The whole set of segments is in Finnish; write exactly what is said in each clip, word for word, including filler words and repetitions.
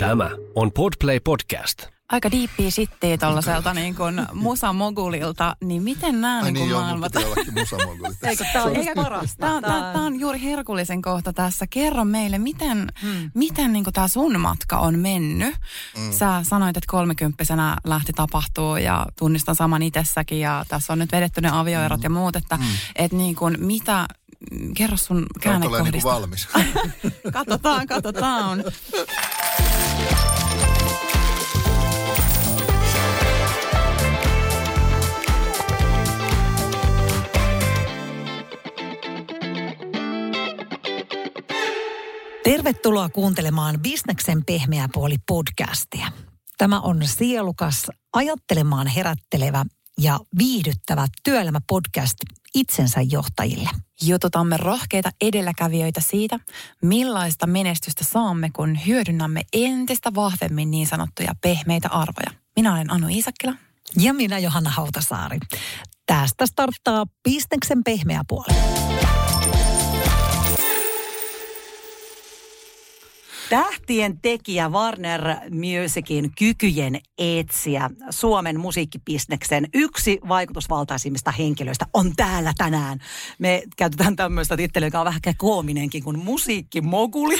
Tämä on Podplay Podcast. Aika diippiä shittiä tollaselta niin kuin musamogulilta, niin miten nämä niin kuin maailmat... Ai niin, joo, mun musamogulit. Eikö tämä on parasta? Tämä on, tämä, tämä on juuri herkullisen kohta tässä. Kerro meille, miten, hmm. miten niin kuin tämä sun matka on mennyt. Hmm. Sä sanoit, että kolmekymppisenä lähti tapahtuu ja tunnistan saman itsessäkin ja tässä on nyt vedetty ne avioerot hmm. ja muut, että hmm. et niin kuin mitä... Kerro sun käännekohdista. Olet niin valmis. Katsotaan, katsotaan. Tervetuloa kuuntelemaan Bisneksen pehmeä puoli podcastia. Tämä on sielukas, ajattelemaan herättelevä ja viihdyttävä työelämäpodcast itsensä johtajille. Jututamme rohkeita edelläkävijöitä siitä, millaista menestystä saamme, kun hyödynnämme entistä vahvemmin niin sanottuja pehmeitä arvoja. Minä olen Anu Iisakkila. Ja minä Johanna Hautasaari. Tästä starttaa Bisneksen pehmeä puoli. Tähtien tekijä Warner Musicin kykyjen etsiä Suomen musiikkibisneksen yksi vaikutusvaltaisimmista henkilöistä on täällä tänään. Me käytetään tämmöistä tittelyä, joka on vähän koominenkin kuin musiikkimoguli.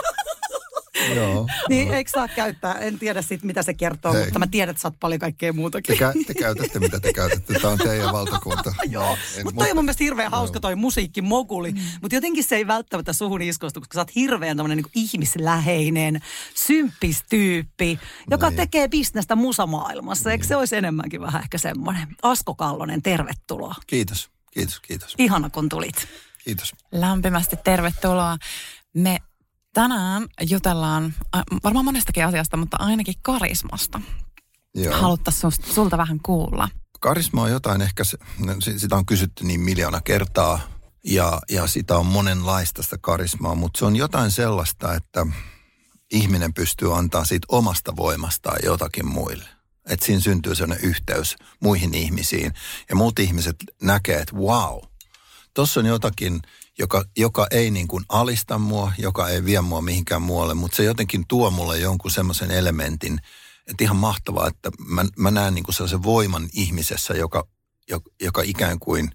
Joo. Niin eikö saa käyttää? En tiedä sit mitä se kertoo, Hei. mutta mä tiedän, että sä oot paljon kaikkea muutakin. Te, kä- te käytätte mitä te käytätte. Tämä on teidän valtakunta. Joo, mutta toi on mun mielestä hirveän hauska toi musiikkimoguli. Mm. Mutta jotenkin se ei välttämättä suhun iskostu, koska sä oot hirveän tämmönen niin kuin ihmisläheinen, symppistyyppi, joka no tekee bisnestä musamaailmassa. Eikö se olisi enemmänkin vähän ehkä semmoinen? Asko Kallonen, tervetuloa. Kiitos, kiitos, kiitos. Ihana kun tulit. Kiitos. Lämpimästi tervetuloa. Me tänään jutellaan varmaan monestakin asiasta, mutta ainakin karismasta. Joo. Haluttaisiin sulta vähän kuulla. Karisma on jotain ehkä, se, sitä on kysytty niin miljoona kertaa ja, ja sitä on monenlaista sitä karismaa, mutta se on jotain sellaista, että ihminen pystyy antaa siitä omasta voimastaan jotakin muille. Että siinä syntyy sellainen yhteys muihin ihmisiin ja muut ihmiset näkee, että wow, tossa on jotakin... Joka, joka ei niin kuin alista mua, joka ei vie mua mihinkään muualle, mutta se jotenkin tuo mulle jonkun semmoisen elementin, että ihan mahtavaa, että mä, mä näen niin kuin sellaisen voiman ihmisessä, joka, joka, joka ikään kuin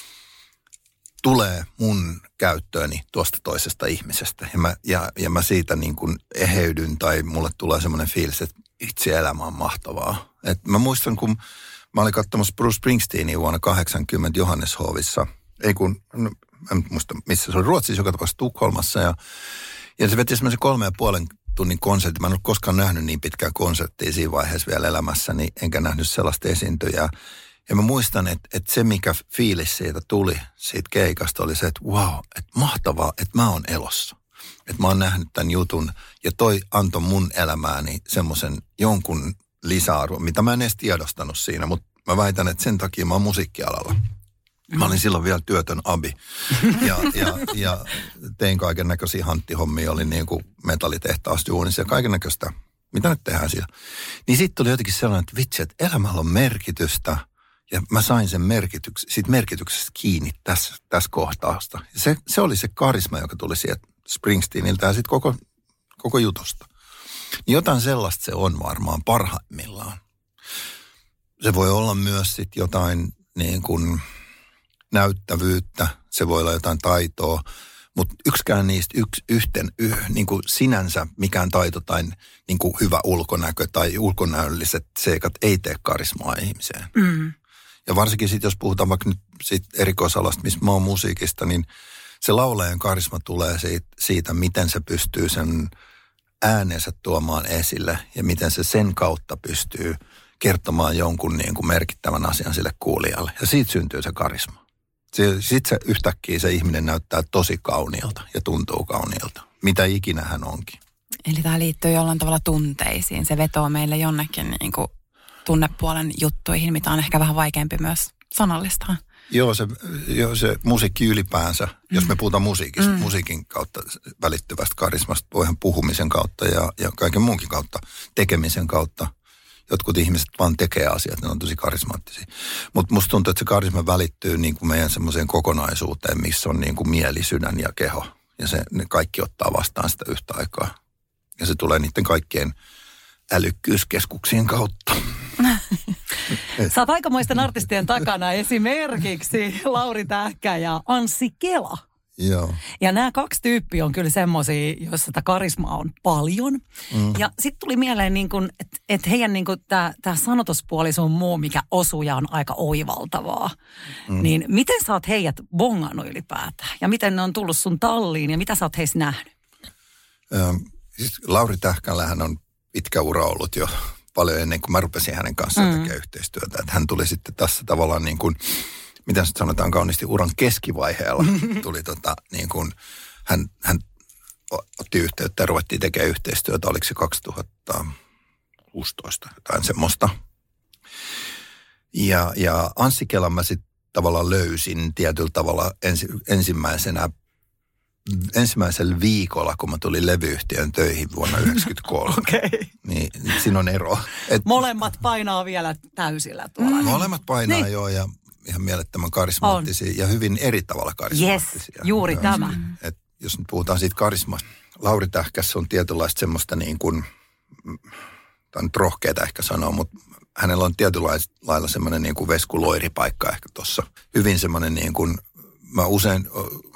tulee mun käyttööni tuosta toisesta ihmisestä. Ja mä, ja, ja mä siitä niin kuin eheydyn tai mulle tulee semmoinen fiilis, että itse elämä on mahtavaa. Et mä muistan, kun mä olin katsomassa Bruce Springsteenia vuonna kahdeksankymmentä Johanneshovissa, ei kun... No, en muista missä se oli, Ruotsissa, joka tapauksessa Tukholmassa ja, ja se veti semmoisen kolme ja puolen tunnin konsertti. Mä en ole koskaan nähnyt niin pitkää konserttia siinä vaiheessa vielä elämässäni, enkä nähnyt sellaista esiintyjää. Ja mä muistan, että, että se mikä fiilis siitä tuli, siitä keikasta oli se, että wow, että mahtavaa, että mä oon elossa. Että mä oon nähnyt tämän jutun ja toi antoi mun elämääni semmoisen jonkun lisäarvon, mitä mä en edes tiedostanut siinä, mutta mä väitän, että sen takia mä oon musiikkialalla. Mä olin silloin vielä työtön abi ja, ja, ja tein kaiken näköisiä hanttihommia, olin niin kuin metallitehtaassa duunissa ja kaiken näköistä, mitä nyt tehdään siellä. Niin sitten tuli jotenkin sellainen, että vitsi, että elämällä on merkitystä ja mä sain sen merkityks, siitä merkityksestä kiinni tässä, tässä kohtaasta. Ja se, se oli se karisma, joka tuli sieltä Springsteeniltä ja sitten koko, koko jutusta. Niin jotain sellaista se on varmaan parhaimmillaan. Se voi olla myös sitten jotain niin kuin... näyttävyyttä, se voi olla jotain taitoa, mutta yksikään niistä yks, yhten yh, niin kuin sinänsä mikään taito tai niin kuin hyvä ulkonäkö tai ulkonäölliset seikat ei tee karismaa ihmiseen. Mm. Ja varsinkin sitten, jos puhutaan vaikka nyt siitä erikoisalasta, missä mä oon musiikista, niin se laulajan karisma tulee siitä, siitä, miten se pystyy sen äänensä tuomaan esille ja miten se sen kautta pystyy kertomaan jonkun niin kuin merkittävän asian sille kuulijalle. Ja siitä syntyy se karisma. Sitten se yhtäkkiä se ihminen näyttää tosi kauniilta ja tuntuu kauniilta, mitä ikinä hän onkin. Eli tämä liittyy jollain tavalla tunteisiin. Se vetoo meille jonnekin niin kuin tunnepuolen juttuihin, mitä on ehkä vähän vaikeampi myös sanallistaa. Joo, se, jo, se musiikki ylipäänsä, mm. jos me puhutaan musiikista, mm. musiikin kautta välittyvästä karismasta, voihan puhumisen kautta ja, ja kaiken muunkin kautta, tekemisen kautta. Jotkut ihmiset vaan tekee asiat, ne on tosi karismaattisia. Mutta musta tuntuu, että se karisma välittyy niin kuin meidän semmoiseen kokonaisuuteen, missä on niin kuin mieli, sydän ja keho. Ja se, ne kaikki ottaa vastaan sitä yhtä aikaa. Ja ja se tulee niiden kaikkien älykkyyskeskuksien kautta. Sä oot aikamoisten artistien takana, esimerkiksi Lauri Tähkä ja Anssi Kela. Joo. Ja nämä kaksi tyyppiä on kyllä semmoisia, joissa sitä karismaa on paljon. Mm. Ja sitten tuli mieleen, niin että et heidän niin tämä sanotuspuoli sun muu, mikä osuja on aika oivaltavaa. Mm. Niin miten sä oot heidät bongannut ylipäätään? Ja miten ne on tullut sun talliin ja mitä sä oot heissä nähnyt? Ähm, siis Lauri Tähkällähän on pitkä ura ollut jo paljon ennen kuin mä rupesin hänen kanssaan mm. tekemään yhteistyötä. Että hän tuli sitten tässä tavallaan niin kuin, miten sanotaan kauniisti, uran keskivaiheella. Tuli tota niin kuin, hän, hän otti yhteyttä ja ruvettiin tekemään yhteistyötä. Oliko se kaksituhattakuusitoista jotain semmoista. Ja, ja Anssi Kelan mä sitten tavallaan löysin tietyllä tavalla ensi, ensimmäisenä ensimmäisellä viikolla, kun mä tulin levyyhtiön töihin vuonna yhdeksänkymmentäkolme. Okei. Okay. Niin, niin siinä on ero. Et, molemmat painaa vielä täysillä tuolla. Molemmat painaa niin. joo ja ihan mielettömän karismaattisia on. Ja hyvin eri tavalla karismaattisia. Yes, juuri ja, tämä. Et jos nyt puhutaan siitä karismasta, Lauri Tähkässä on tietynlaista semmoista niin kuin, tämä on rohkeata ehkä sanoa, mutta hänellä on tietynlailla semmoinen niin kuin veskuloiripaikka ehkä tuossa. Hyvin semmoinen niin kuin, mä usein...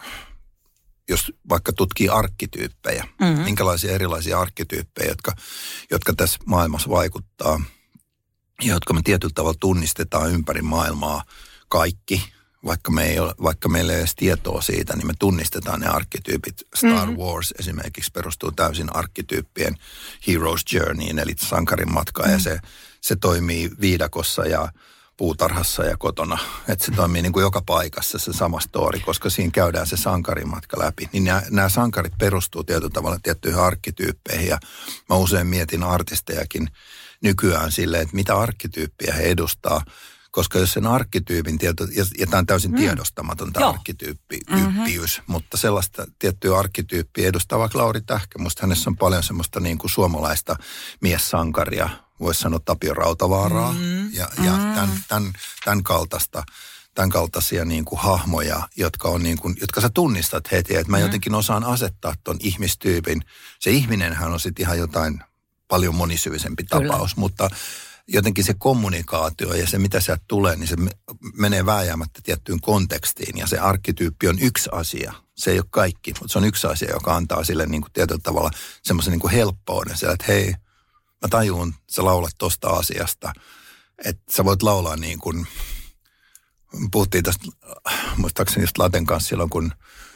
jos vaikka tutkii arkkityyppejä, mm-hmm. minkälaisia erilaisia arkkityyppejä, jotka, jotka tässä maailmassa vaikuttaa, ja jotka me tietyllä tavalla tunnistetaan ympäri maailmaa kaikki, vaikka, me ei ole, vaikka meillä ei ole edes tietoa siitä, niin me tunnistetaan ne arkkityypit. Star mm-hmm. Wars esimerkiksi perustuu täysin arkkityyppien Hero's Journeyin, eli sankarin matka, mm-hmm. ja se, se toimii viidakossa ja puutarhassa ja kotona. Että se toimii niin kuin joka paikassa se sama story, koska siinä käydään se sankarimatka läpi. Niin nämä, nämä sankarit perustuu tietyllä tavalla tiettyihin arkkityyppeihin ja mä usein mietin artistejakin nykyään silleen, että mitä arkkityyppiä he edustaa. Koska jos sen arkkityypin, tieto, ja, ja tämä on täysin mm. tiedostamatonta arkkityyppiys, mm-hmm. mutta sellaista tiettyä arkkityyppiä edustaa vaikka Lauri Tähkä. Musta hänessä on paljon semmoista niin kuin suomalaista miessankaria, voisi sanoa Tapio Rautavaaraa mm. ja, ja mm. tämän, tämän, tämän kaltaista. Tämän kaltaisia niin kuin hahmoja, jotka, on niin kuin, jotka sä tunnistat heti, että mä mm. jotenkin osaan asettaa ton ihmistyypin. Se ihminenhän on sitten ihan jotain paljon monisyisempi tapaus, Kyllä. mutta jotenkin se kommunikaatio ja se, mitä sieltä tulee, niin se menee vääjäämättä tiettyyn kontekstiin. Ja se arkkityyppi on yksi asia. Se ei ole kaikki, mutta se on yksi asia, joka antaa sille niin kuin tietyllä tavalla semmoisen niin kuin helppouden. Siellä, että hei, mä tajuun, sä laulat tosta asiasta. Että sä voit laulaa niin kuin, puhuttiin tästä, muistaakseni just Laten kanssa silloin, kun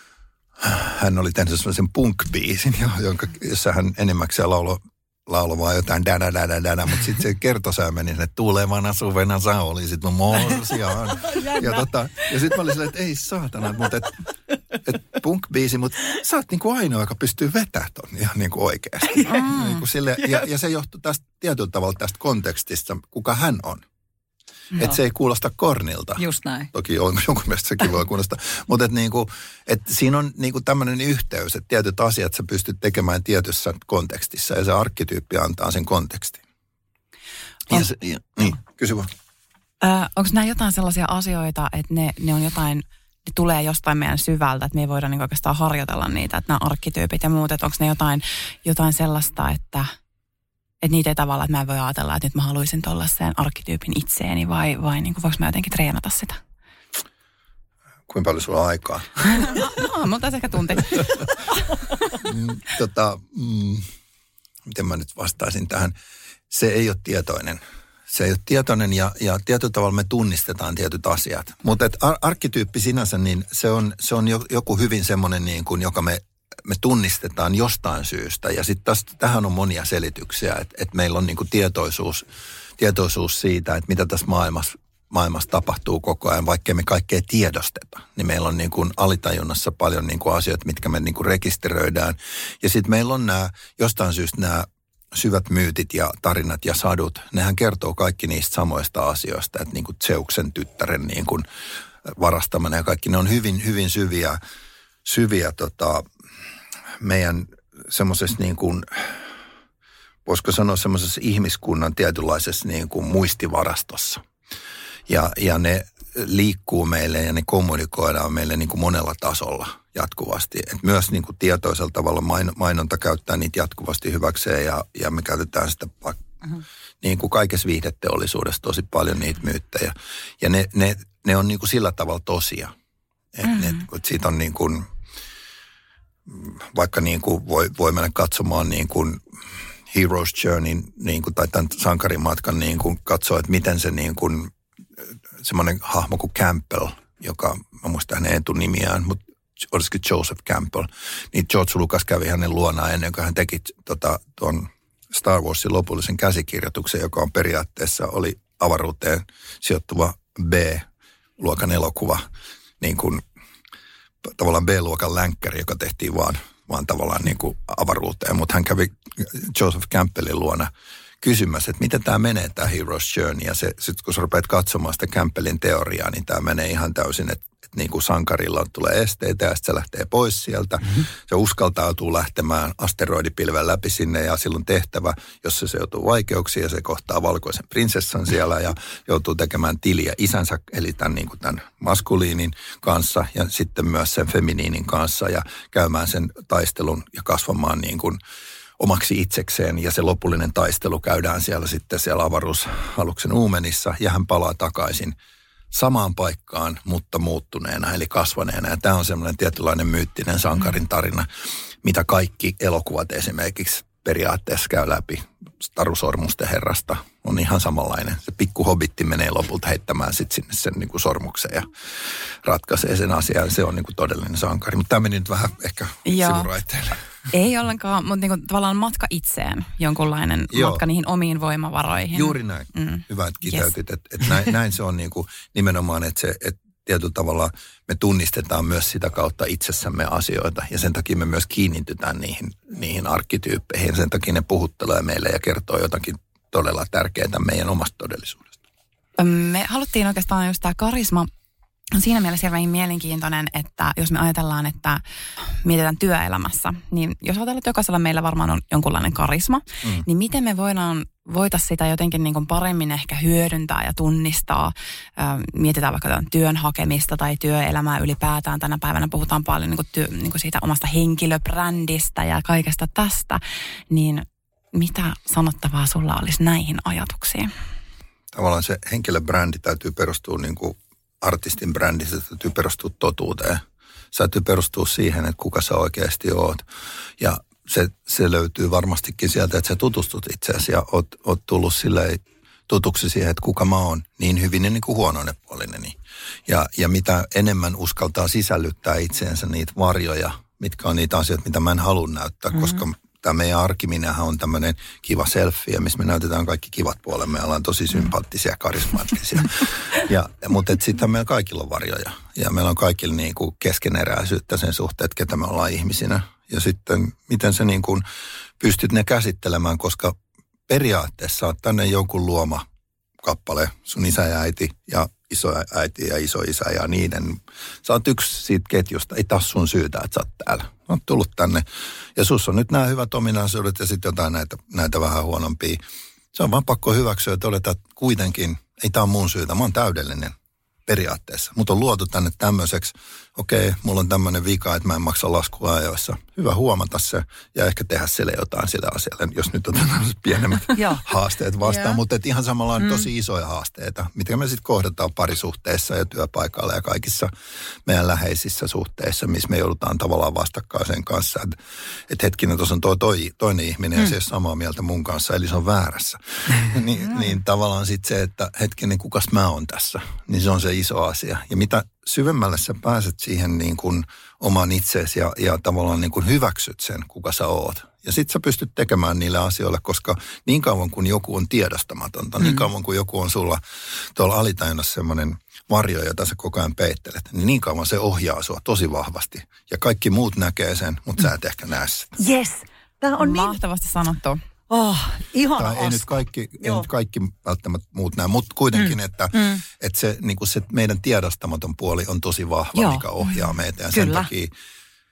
hän oli tehnyt sellaisen punk-biisin, jonka, jossa hän enimmäkseen lauloi laulo vaan jotain dä dä dä dä dä, mutta sitten se kertosää meni sinne, tulevana suvena sä olisit mun morsiaan. Ja, tota, ja sitten mä olin silleen, että ei saatana, mutta et, et punk-biisi, mutta sä oot niinku ainoa, joka pystyy vetämään ton ihan niinku oikeasti. Mm. Niinku sille, ja, ja se johtuu tästä tietyllä tavalla tästä kontekstista, kuka hän on. Että se ei kuulosta kornilta. Just näin. Toki on jonkun mielestä sekin voi kuulostaa. Mutta että niinku, et siinä on niinku tämmöinen yhteys, että tietyt asiat sä pystyt tekemään tietyssä kontekstissa ja se arkkityyppi antaa sen kontekstin. On. Ja se, ja, niin, kysy vaan. Onko nämä jotain sellaisia asioita, että ne, ne on jotain, ne tulee jostain meidän syvältä, että me ei voida niinku oikeastaan harjoitella niitä, että nämä arkkityypit ja muut, että onko ne jotain, jotain sellaista, että... Että niitä ei tavallaan, että mä en voi ajatella, että nyt mä haluaisin tollaisen arkkityypin itseeni vai, vai niin kuin voiko mä jotenkin treenata sitä? Kuinka paljon sulla on aikaa? no, mulla taisi ehkä tunti. tota, mm, miten mä nyt vastaisin tähän? Se ei ole tietoinen. Se ei ole tietoinen ja, ja tietyllä tavalla me tunnistetaan tietyt asiat. Mutta ar- arkkityyppi sinänsä, niin se on, se on joku hyvin semmoinen, niin kuin, joka me... me tunnistetaan jostain syystä. Ja sitten tähän on monia selityksiä, että, että meillä on niinku tietoisuus, tietoisuus siitä, että mitä tässä maailmassa, maailmassa tapahtuu koko ajan, vaikkei me kaikkea tiedosteta. Niin meillä on niinku alitajunnassa paljon niinku asioita, mitkä me niinku rekisteröidään. Ja sitten meillä on nämä, jostain syystä nämä syvät myytit ja tarinat ja sadut, nehän kertoo kaikki niistä samoista asioista, että niinku Zeuksen tyttären niinku varastaminen ja kaikki, ne on hyvin, hyvin syviä, syviä tota, meidän semmoisessa niin kuin, voisiko sanoa semmoisessa ihmiskunnan tietynlaisessa niin kuin muistivarastossa. Ja, ja ne, liikkuu meille ja ne kommunikoidaan meille niin kuin monella tasolla jatkuvasti. Et myös niin kuin tietoisella tavalla mainonta käyttää niitä jatkuvasti hyväkseen ja, ja me käytetään sitä uh-huh. niin kuin kaikessa viihdeteollisuudessa tosi paljon niitä myyttejä. Ja ne, ne, ne on niin kuin sillä tavalla tosia. Että uh-huh. et siitä on niin kuin, vaikka niin kuin voi, voi mennä katsomaan niin kuin Hero's Journey niin kuin, tai tämän sankarimatkan niin kuin katsoa, että miten se niin kuin semmoinen hahmo kuin Campbell, joka, mä muistan hänen etunimiään, mutta olisikin Joseph Campbell, niin George Lucas kävi hänen luonaan ennen kuin hän teki tota, tuon Star Warsin lopullisen käsikirjoituksen, joka on periaatteessa oli avaruuteen sijoittuva B-luokan elokuva, niin kuin tavallaan B-luokan länkkäri, joka tehtiin vaan, vaan tavallaan niin kuin avaruuteen, mutta hän kävi Joseph Campbellin luona kysymässä, että miten tämä menee, tämä Hero's Journey, ja se, sit kun sä rupeat katsomaan sitä Campbellin teoriaa, niin tämä menee ihan täysin, että, että niin kuin sankarilla tulee esteitä, ja sitten se lähtee pois sieltä. Mm-hmm. Se uskaltautuu lähtemään asteroidipilven läpi sinne, ja silloin tehtävä, jossa se joutuu vaikeuksiin, ja se kohtaa valkoisen prinsessan siellä, ja joutuu tekemään tiliä isänsä, eli tämän, niin kuin tämän maskuliinin kanssa, ja sitten myös sen feminiinin kanssa, ja käymään sen taistelun, ja kasvamaan niin kuin omaksi itsekseen, ja se lopullinen taistelu käydään siellä sitten siellä avaruusaluksen uumenissa, ja hän palaa takaisin samaan paikkaan, mutta muuttuneena, eli kasvaneena. Ja tämä on semmoinen tietynlainen myyttinen sankarin tarina, mitä kaikki elokuvat esimerkiksi periaatteessa käy läpi. Taru Sormusten herrasta on ihan samanlainen. Se pikku hobitti menee lopulta heittämään sitten sinne sen niin kuin sormuksen ja ratkaisee sen asian. Se on niin kuin todellinen sankari. Mutta tämä meni nyt vähän ehkä sivuraiteille. Ei ollenkaan, mutta niinku tavallaan matka itseen, jonkunlainen Joo. matka niihin omiin voimavaroihin. Juuri näin. Mm. Hyvä, että kiteytyt. Yes. Että et näin, näin se on niinku nimenomaan, että se, et tietyllä tavalla me tunnistetaan myös sitä kautta itsessämme asioita. Ja sen takia me myös kiinnitytään niihin, niihin arkkityyppeihin. Sen takia ne puhuttelee meille ja kertoo jotakin todella tärkeää meidän omasta todellisuudesta. Me haluttiin oikeastaan just tämä karisma. On siinä mielessä hirveän mielenkiintoinen, että jos me ajatellaan, että mietitään työelämässä, niin jos ajatellaan, että jokaisella meillä varmaan on jonkunlainen karisma, mm. niin miten me voidaan, voitaisiin sitä jotenkin niin kuin paremmin ehkä hyödyntää ja tunnistaa. Mietitään vaikka tämän työn hakemista tai työelämää ylipäätään. Tänä päivänä puhutaan paljon niin kuin työ, niin kuin siitä omasta henkilöbrändistä ja kaikesta tästä. Niin mitä sanottavaa sulla olisi näihin ajatuksiin? Tavallaan se henkilöbrändi täytyy perustua niin kuin artistin brändi, se täytyy perustua totuuteen. Se täytyy perustua siihen, että kuka sä oikeasti oot. Ja se, se löytyy varmastikin sieltä, että sä tutustut itseäsi ja oot, oot tullut silleen tutuksi siihen, että kuka mä oon, niin hyvinen niin kuin huonoinen puolinen. Ja, ja mitä enemmän uskaltaa sisällyttää itseensä niitä varjoja, mitkä on niitä asioita, mitä mä en halua näyttää, mm-hmm. koska tämä meidän arkiminenhän on tämmöinen kiva selfie, missä me näytetään kaikki kivat puolemme ja ollaan tosi sympaattisia, karismaattisia. ja, mutta sitten meillä kaikilla on varjoja ja meillä on kaikilla niinku keskeneräisyyttä sen suhteen, että ketä me ollaan ihmisinä. Ja sitten miten sä niinku pystyt ne käsittelemään, koska periaatteessa oot tänne jonkun luoma kappale, sun isä ja äiti ja isoäiti ja isoisä ja niiden. Sä oot yksi siitä ketjusta, ei taas sun syytä, että sä oot täällä. Oot tullut tänne ja sus on nyt nämä hyvät ominaisuudet ja sitten jotain näitä, näitä vähän huonompia. Se on vaan pakko hyväksyä ja todeta, että kuitenkin ei tää on mun syytä, mä oon täydellinen periaatteessa. Mut on luotu tänne tämmöiseksi, okei, okay, mulla on tämmöinen vika, että mä en maksa laskua ajoissa. Hyvä huomata se ja ehkä tehdä sille jotain sille asialle, jos nyt otetaan pienemmät haasteet vastaan. Mutta ihan samalla on mm. tosi isoja haasteita, mitkä me sitten kohdataan parisuhteissa ja työpaikalla ja kaikissa meidän läheisissä suhteissa, missä me joudutaan tavallaan vastakkain sen kanssa. Että et hetkinen, tuossa on toi, toi, toinen ihminen mm. ja se ei ole samaa mieltä mun kanssa, eli se on väärässä. Ni, mm. Niin tavallaan sitten se, että hetkinen, kukas mä oon tässä, niin se on se iso asia. Ja mitä syvemmälle sä pääset siihen niin kuin oman itseesi ja, ja tavallaan niin kuin hyväksyt sen, kuka sä oot. Ja sit sä pystyt tekemään niille asioille, koska niin kauan kun joku on tiedostamatonta, mm. niin kauan kun joku on sulla tuolla alitajunnassa semmoinen varjo, jota sä koko ajan peittelet, niin niin kauan se ohjaa sua tosi vahvasti. Ja kaikki muut näkee sen, mutta sä et ehkä näe sitä. Yes, tää on niin mahtavasti sanottu. Oh, ihana tai ei nyt kaikki, ei nyt kaikki välttämättä muut näe, mutta kuitenkin, mm. että, mm. että se, niin kuin se meidän tiedostamaton puoli on tosi vahva, Joo. mikä ohjaa meitä. Ja sen takia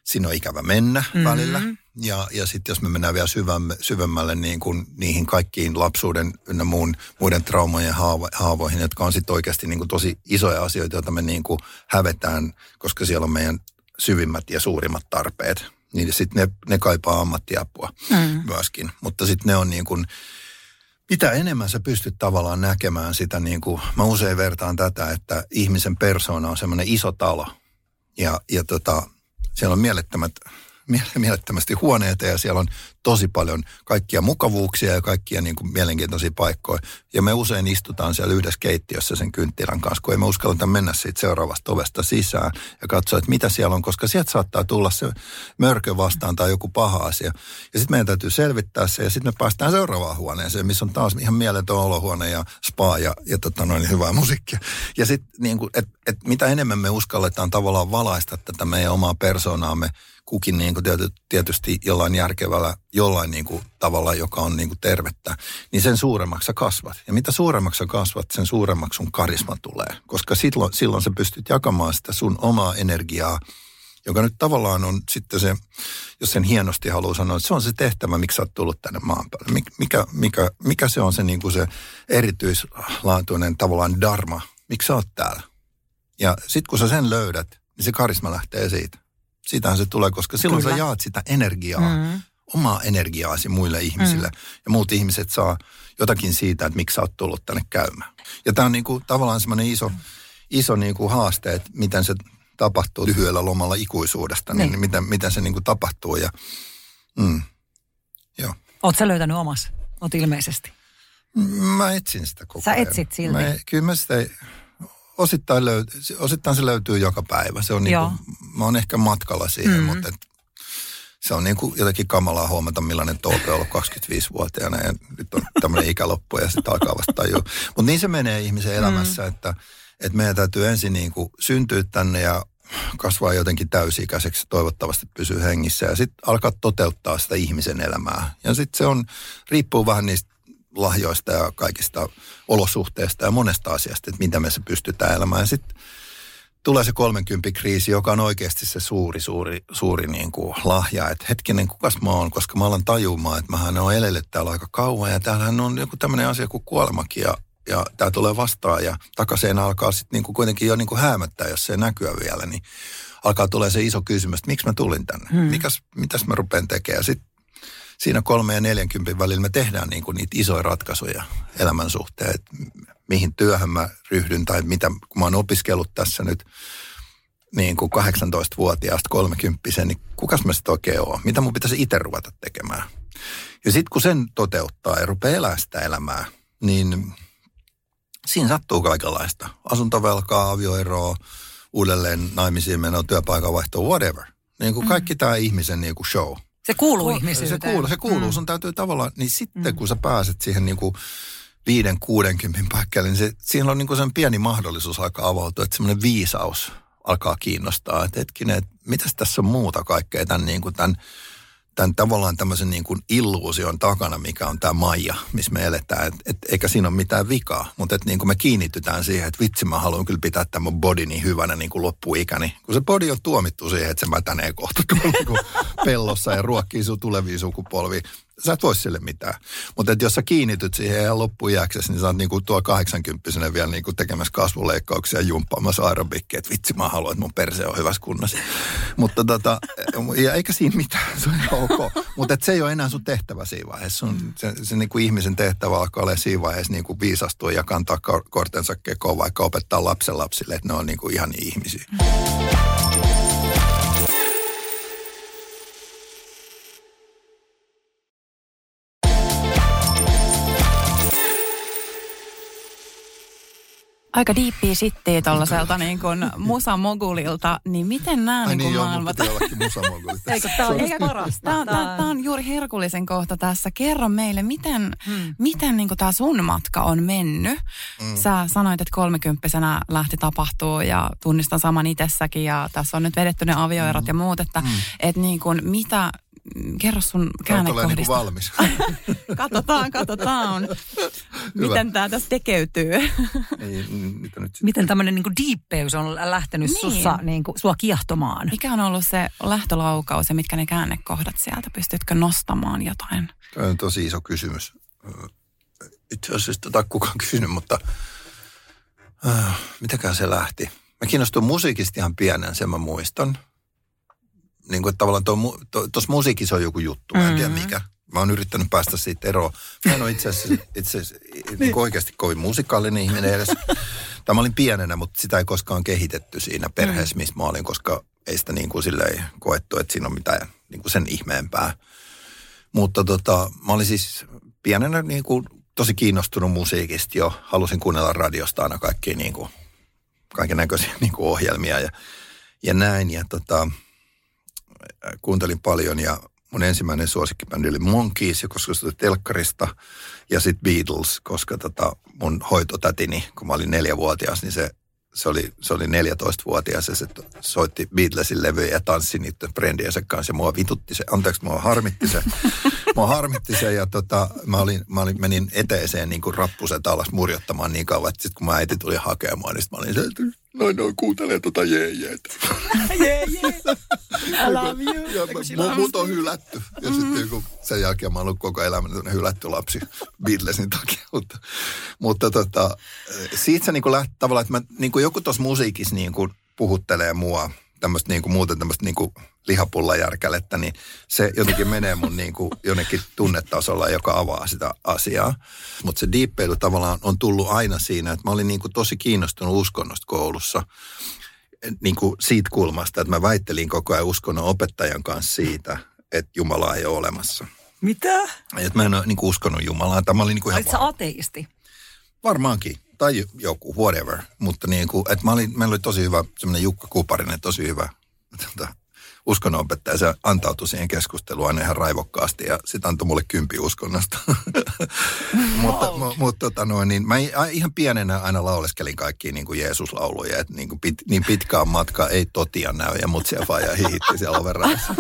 siinä on ikävä mennä mm-hmm. välillä. Ja, ja sitten jos me mennään vielä syvemmälle, syvemmälle niin kuin niihin kaikkiin lapsuuden ynnä muun, muiden traumojen haavo, haavoihin, jotka on sitten oikeasti niin kuin tosi isoja asioita, joita me niin kuin hävetään, koska siellä on meidän syvimmät ja suurimmat tarpeet. Niin sitten ne, ne kaipaa ammattiapua mm. myöskin. Mutta sitten ne on niin kuin, mitä enemmän sä pystyt tavallaan näkemään sitä niin kuin, mä usein vertaan tätä, että ihmisen persoona on semmoinen iso talo. Ja, ja tota, siellä on mielettömät, mielettömästi huoneita ja siellä on tosi paljon kaikkia mukavuuksia ja kaikkia niin kuin mielenkiintoisia paikkoja. Ja me usein istutaan siellä yhdessä keittiössä sen kynttilän kanssa, kun ei me uskalleta mennä siitä seuraavasta ovesta sisään ja katsoa, että mitä siellä on, koska sieltä saattaa tulla se mörkö vastaan tai joku paha asia. Ja sitten meidän täytyy selvittää se ja sitten me päästään seuraavaan huoneeseen, missä on taas ihan mieletön olohuone ja spa ja, ja tota noin, hyvää musiikkia. Ja sitten niin kuin, että et mitä enemmän me uskalletaan tavallaan valaista tätä meidän omaa persoonaamme, kukin niin kuin tietysti jollain järkevällä, jollain niin kuin tavalla, joka on niin kuin tervettä, niin sen suuremmaksi sä kasvat. Ja mitä suuremmaksi sä kasvat, sen suuremmaksi sun karisma tulee. Koska silloin, silloin sä pystyt jakamaan sitä sun omaa energiaa, joka nyt tavallaan on sitten se, jos sen hienosti haluaa sanoa, että se on se tehtävä, miksi sä oot tullut tänne maan päälle. Mikä, mikä, mikä se on se, niin kuin se erityislaatuinen tavallaan dharma, miksi sä oot täällä. Ja sit kun sä sen löydät, niin se karisma lähtee siitä. Siitähän se tulee, koska silloin Kyllä. sä jaat sitä energiaa, mm-hmm. omaa energiaasi muille ihmisille. Mm. Ja muut ihmiset saa jotakin siitä, että miksi sä oot tullut tänne käymään. Ja tää on niinku tavallaan semmoinen iso, iso niinku haaste, että miten se tapahtuu lyhyellä lomalla ikuisuudesta. Niin, niin miten, miten se niinku tapahtuu. Ja, mm, joo. Oot sä löytänyt omassa? Oot ilmeisesti. Mä etsin sitä koko sä ajan. Sä etsit silti? Mä, kyllä mä sitä... Osittain, löytyy, osittain se löytyy joka päivä. Se on niin kuin, mä oon ehkä matkalla siihen, mm-hmm. mutta et, se on niin kuin jotenkin kamalaa huomata, millainen Toope on ollut kaksikymmentäviisivuotiaana ja nyt on tämmöinen ikäloppu ja sitten alkaa vasta tajua. Mutta niin se menee ihmisen elämässä, mm-hmm. että, että meidän täytyy ensin niin kuin syntyä tänne ja kasvaa jotenkin täysi-ikäiseksi, toivottavasti pysyy hengissä ja sitten alkaa toteuttaa sitä ihmisen elämää. Ja sitten se on, riippuu vähän niistä lahjoista ja kaikista olosuhteista ja monesta asiasta, että mitä me se pystytään elämään. Ja sitten tulee se kolmenkympin kriisi, joka on oikeasti se suuri, suuri, suuri niin kuin lahja. Että hetkinen, kukas mä oon, koska mä alan tajumaan, että mähän on elellyt täällä aika kauan ja täällähän on joku tämmöinen asia kuin kuolemakin ja, ja tää tulee vastaan ja takaisin alkaa sitten niin kuin kuitenkin jo niin kuin häämättää, jos se ei näkyä vielä, niin alkaa tulee se iso kysymys, että miksi mä tulin tänne? Hmm. Mikäs, mitäs mä rupean tekemään? Sitten siinä kolme ja neljänkympin välillä me tehdään niin kuin niitä isoja ratkaisuja elämän suhteen, että mihin työhön mä ryhdyn tai mitä, kun mä oon opiskellut tässä nyt niin kuin kahdeksantoistavuotiaasta kolmekymppisen, niin kukas mä sitten oikein oon? Mitä mun pitäisi itse ruveta tekemään? Ja sitten kun sen toteuttaa ja rupeaa elämään sitä elämää, niin siinä sattuu kaikenlaista. Asuntovelkaa, avioeroa, uudelleen naimisiin menoa, työpaikan vaihtoa, whatever. Niin kuin kaikki tämä ihmisen niin kuin show. Se kuuluu ihmisyyteen. Se kuuluu, se kuuluu. Mm. Sun täytyy tavallaan, niin sitten mm. kun sä pääset siihen niin kuin viiden, kuudenkympin paikkeelle, niin se, siinä on niin kuin sen pieni mahdollisuus alkaa avautua, että semmoinen viisaus alkaa kiinnostaa. Että hetkinen, että mitäs tässä on muuta kaikkea tämän, niin kuin tämän, tämän tavallaan tämmöisen niin kuin illuusion takana, mikä on tämä Maija, missä me eletään. Et, et, eikä siinä ole mitään vikaa, mutta että niin kuin me kiinnitytään siihen, että vitsi mä haluan kyllä pitää tämän body niin hyvänä niin kuin loppuikäni. Kun se body on tuomittu siihen, että se mätänee kohta tuolla niin kuin pellossa ja ruokkii sun tulevia sukupolvia. Sä et voi sille mitään. Mutta jos sä kiinnityt siihen ihan loppuiäksesi, niin sä oot niinku tuolla kahdeksankymppisenä vielä niinku tekemässä kasvuleikkauksia ja jumppaamassa aerobikkiä, että vitsi mä haluan, että mun perse on hyvässä kunnossa. Mutta tota, ja eikä siinä mitään, se on ihan ok. Mutta se ei ole enää sun tehtävä siinä vaiheessa. Sun, se se niinku ihmisen tehtävä alkaa olla siinä vaiheessa niinku viisastua ja kantaa kortensa kekoon, vaikka opettaa lapsen lapsille, että ne on niinku ihan ihmisiä. Aika diippiä sittiä tollaselta niin kuin musamogulilta, niin miten nämä niin kuin maailmat... Ai niin, joo, mun pitää ollakin musamogulit. Eikö tämä on ihan parasta? Tämä on, tämä, tämä on juuri herkullisen kohta tässä. Kerro meille, miten, hmm. miten niin kuin tämä sun matka on mennyt. Hmm. Sä sanoit, että kolmekymppisenä lähti tapahtuu ja tunnistan saman itsessäkin ja tässä on nyt vedetty ne avioerot hmm. ja muut, että hmm. et niin kuin mitä... kerro sun käännekohdista. Niin kuin valmis. katsotaan, katsotaan. Miten tämä tässä tekeytyy? Ei, mitä nyt Miten tämmöinen niin kuin diippeys on lähtenyt niin. sussa, niin kuin, sua kiehtomaan? Mikä on ollut se lähtölaukaus ja mitkä ne käännekohdat sieltä? Pystytkö nostamaan jotain? Tämä on tosi iso kysymys. Itse asiassa tota kukaan kysynyt, mutta äh, mitäkään se lähti? Mä kiinnostuin musiikista ihan pienen, sen mä muistan. Niin kuin tavallaan tuossa to, to, musiikissa on joku juttu, mä en tiedä mikä. Mä oon yrittänyt päästä siitä eroon. Mä en ole itse asiassa, itse asiassa niin oikeasti kovin musikaalinen ihminen edes. Tai mä olin pienenä, mutta sitä ei koskaan kehitetty siinä perheessä, missä mä olin, koska ei sitä niin kuin silleen koettu, että siinä on mitään niin kuin sen ihmeempää. Mutta tota, mä olin siis pienenä niin kuin tosi kiinnostunut musiikista jo. Halusin kuunnella radiosta aina kaikkia niin kuin, kaiken näköisiä niin kuin ohjelmia ja, ja näin. Ja tota, kuuntelin paljon ja mun ensimmäinen suosikkibändi oli Monkees, koska se oli telkkarista, ja sitten Beatles, koska tota mun hoitotätini, kun mä olin neljävuotias, niin se, se, oli, se oli neljätoistavuotias ja se soitti Beatlesin levyjä ja tanssi niiden frendiensä kanssa ja mua vitutti se, anteeksi, mua harmitti se, mua harmitti se ja tota, mä, olin, mä olin, menin eteeseen niin kuin rappuset alas murjottamaan niin kauan, että sitten kun mä äiti tuli hakemaan, niin sit mä olin se, noin noin kuuntelee tota jee-jeetä. Jee-jee, I love you. Ja mä, mut on hylätty. Ja mm. sitten kun sen jälkeen mä oon ollut koko elämäni hylätty lapsi Beatlesin takia. Mutta, mutta tota, siitä se niinku lähti tavallaan, että mä, niinku joku tuossa musiikissa niinku puhuttelee mua, tämmöistä niinku muuten tämmöistä niinku lihapullajärkälettä, niin se jotenkin menee mun niinku jonnekin tunnetasolla, joka avaa sitä asiaa. Mutta se diippeilu tavallaan on tullut aina siinä, että mä olin niinku tosi kiinnostunut uskonnosta koulussa. Niinku siitä kulmasta, että mä väittelin koko ajan uskonnon opettajan kanssa siitä, että Jumala ei ole olemassa. Mitä? Että mä en ole niinku uskonut Jumalaa. Tämä oli niinku ihan olit sä ateisti? Varmaankin. Tai joku, whatever. Mutta niinku, että mä olin, meillä oli tosi hyvä, semmoinen Jukka Kuparinen, tosi hyvä tota, uskonnonopettaja. Se antautui siihen keskusteluun aina ihan raivokkaasti ja sitten antoi mulle kympi uskonnosta. mutta mu, mut, tota noin, niin mä ihan pienenä aina lauleskelin kaikkia niin kuin Jeesus-lauluja, että niin, kuin pit, niin pitkään matka ei totia näy ja mut siellä faija hihitti siellä overraassa.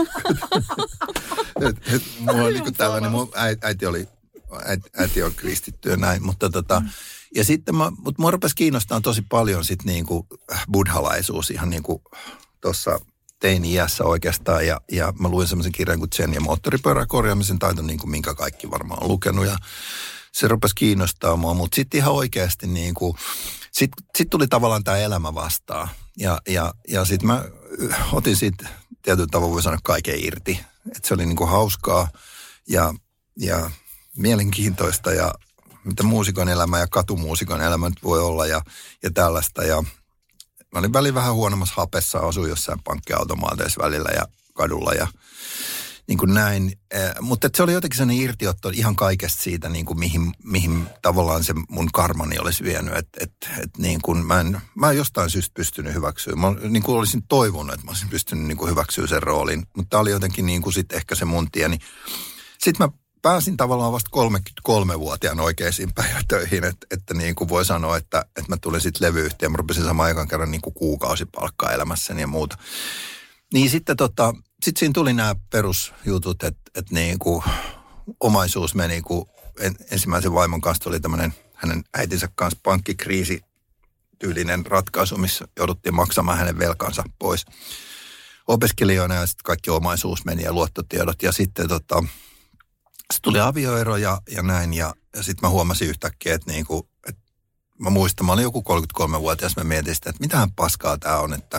et, et, mulla oli niin kuin tällainen, mun äiti oli, äiti, äiti on kristitty ja näin, mutta tota, mm. ja sitten mä, mut mua rupesi kiinnostamaan tosi paljon sit niin kuin buddhalaisuus ihan niin kuin tuossa teini-iässä oikeastaan, ja, ja mä luin semmoisen kirjan kuin Zen ja moottoripyörän korjaamisen taito, niin kuin minkä kaikki varmaan on lukenut, ja se rupesi kiinnostaa mua, mutta sitten ihan oikeasti niin kuin, sitten sit tuli tavallaan tämä elämä vastaan, ja, ja, ja sitten mä otin siitä tietyllä tavalla voi sanoa kaiken irti, että se oli niin kuin hauskaa, ja, ja mielenkiintoista, ja mitä muusikon elämä ja katumuusikon elämä nyt voi olla, ja, ja tällaista, ja mä olin välillä vähän huonommassa hapessa, asuin jossain pankkiautomaateissa välillä ja kadulla ja niin kuin näin. Mutta se oli jotenkin sellainen irtiotto ihan kaikesta siitä, niin kuin mihin, mihin tavallaan se mun karmani olisi vienyt. Että et, et niin kuin mä en, mä en jostain syystä pystynyt hyväksyä. Mä niin kuin olisin toivonut, että mä olisin pystynyt niin kuin hyväksyä sen roolin. Mutta tämä oli jotenkin niin kuin sit ehkä se mun tieni. Sitten mä pääsin tavallaan vasta kolmekymmentäkolmevuotiaan oikeisiin päivätöihin, että, että niin kuin voi sanoa, että, että mä tulin sitten levyyhtiöön. Mä rupesin samaan aikaan kerran niin kuin kuukausipalkkaa elämässäni ja muuta. Niin sitten tota, sit siinä tuli nämä perusjutut, että, että niin kuin omaisuus meni, kun ensimmäisen vaimon kanssa oli tämmöinen hänen äitinsä kanssa pankkikriisi tyylinen ratkaisu, missä jouduttiin maksamaan hänen velkansa pois opiskelijoina ja sitten kaikki omaisuus meni ja luottotiedot ja sitten tota sitten tuli avioero ja, ja näin, ja, ja sitten mä huomasin yhtäkkiä, että, niinku, että mä muistan, mä olin joku kolmekymmentäkolmevuotias, mä mietin sitä, että mitähän paskaa tää on, että,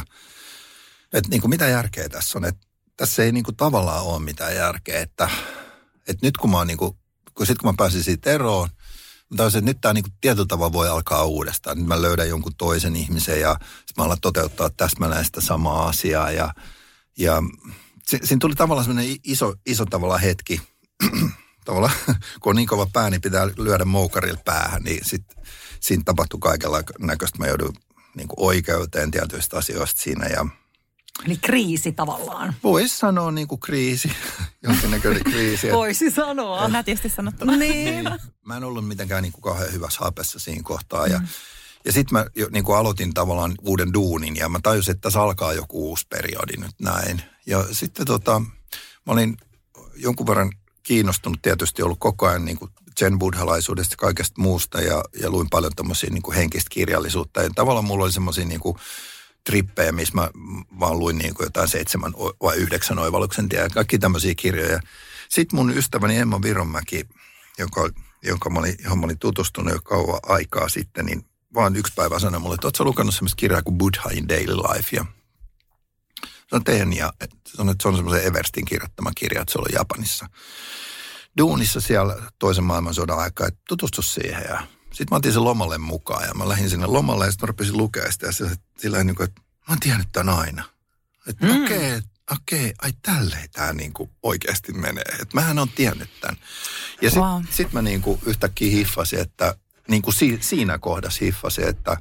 että niinku, mitä järkeä tässä on, että tässä ei niinku, tavallaan ole mitään järkeä, että, että nyt kun mä oon, niinku, kun sit kun mä pääsin siitä eroon, mä tajusin, että nyt tää niinku, tietyllä tavalla voi alkaa uudestaan, nyt mä löydän jonkun toisen ihmisen ja sit mä alan toteuttaa täsmälleen sitä samaa asiaa, ja, ja si, siinä tuli tavallaan semmoinen iso, iso tavalla hetki, tavallaan, kun on niin kova pää, niin pitää lyödä moukarilla päähän, niin sitten siinä tapahtui kaikella näköistä. Mä joudun niin kuin oikeuteen tietyistä asioista siinä. Ja eli kriisi tavallaan. Voisi sanoa niin kuin kriisi, jonkinnäköinen kriisi. Voisi sanoa. Nätisti sanottuna. Niin. Mä en ollut mitenkään niin kuin kauhean hyvässä hapessa siinä kohtaa. Ja, mm. ja sitten mä jo, niin kuin aloitin tavallaan uuden duunin ja mä tajusin, että tässä alkaa joku uusi periodi nyt näin. Ja sitten tota, mä olin jonkun verran kiinnostunut tietysti ollut koko ajan niin kuin zen-buddhalaisuudesta ja kaikesta muusta ja, ja luin paljon tämmöisiä niin kuin henkistä kirjallisuutta. Ja tavallaan mulla oli semmoisia niin kuin trippejä, missä mä vaan luin niin kuin jotain seitsemän vai yhdeksän oivalluksen tie ja kaikki tämmöisiä kirjoja. Sitten mun ystäväni Emma Vironmäki, joka, jonka mä olin, johon mä olin tutustunut jo kauan aikaa sitten, niin vaan yksi päivä sanoi mulle, että ootko sä lukannut semmoista kirjaa kuin Buddha in Daily Life? Ja sanoin, teen, ja sanoin, että se on semmoisen Everstin kirjoittama kirja, että se on Japanissa. Duunissa siellä toisen maailmansodan aikaa, että tutustu siihen. Ja sitten mä otin sen lomalle mukaan ja mä lähdin sinne lomalle ja sitten mä rupesin lukea sitä. Ja sillä, sillä niin kuin, että mä oon tiennyt tämän aina. Että mm. okei, okay, okei, okay, ai tälleen tämä niin kuin oikeasti menee. Että mähän on tiennyt tämän. Ja sitten wow. sit mä niin kuin yhtäkkiä hiffasin, että niin kuin si, siinä kohdassa hiffasin, että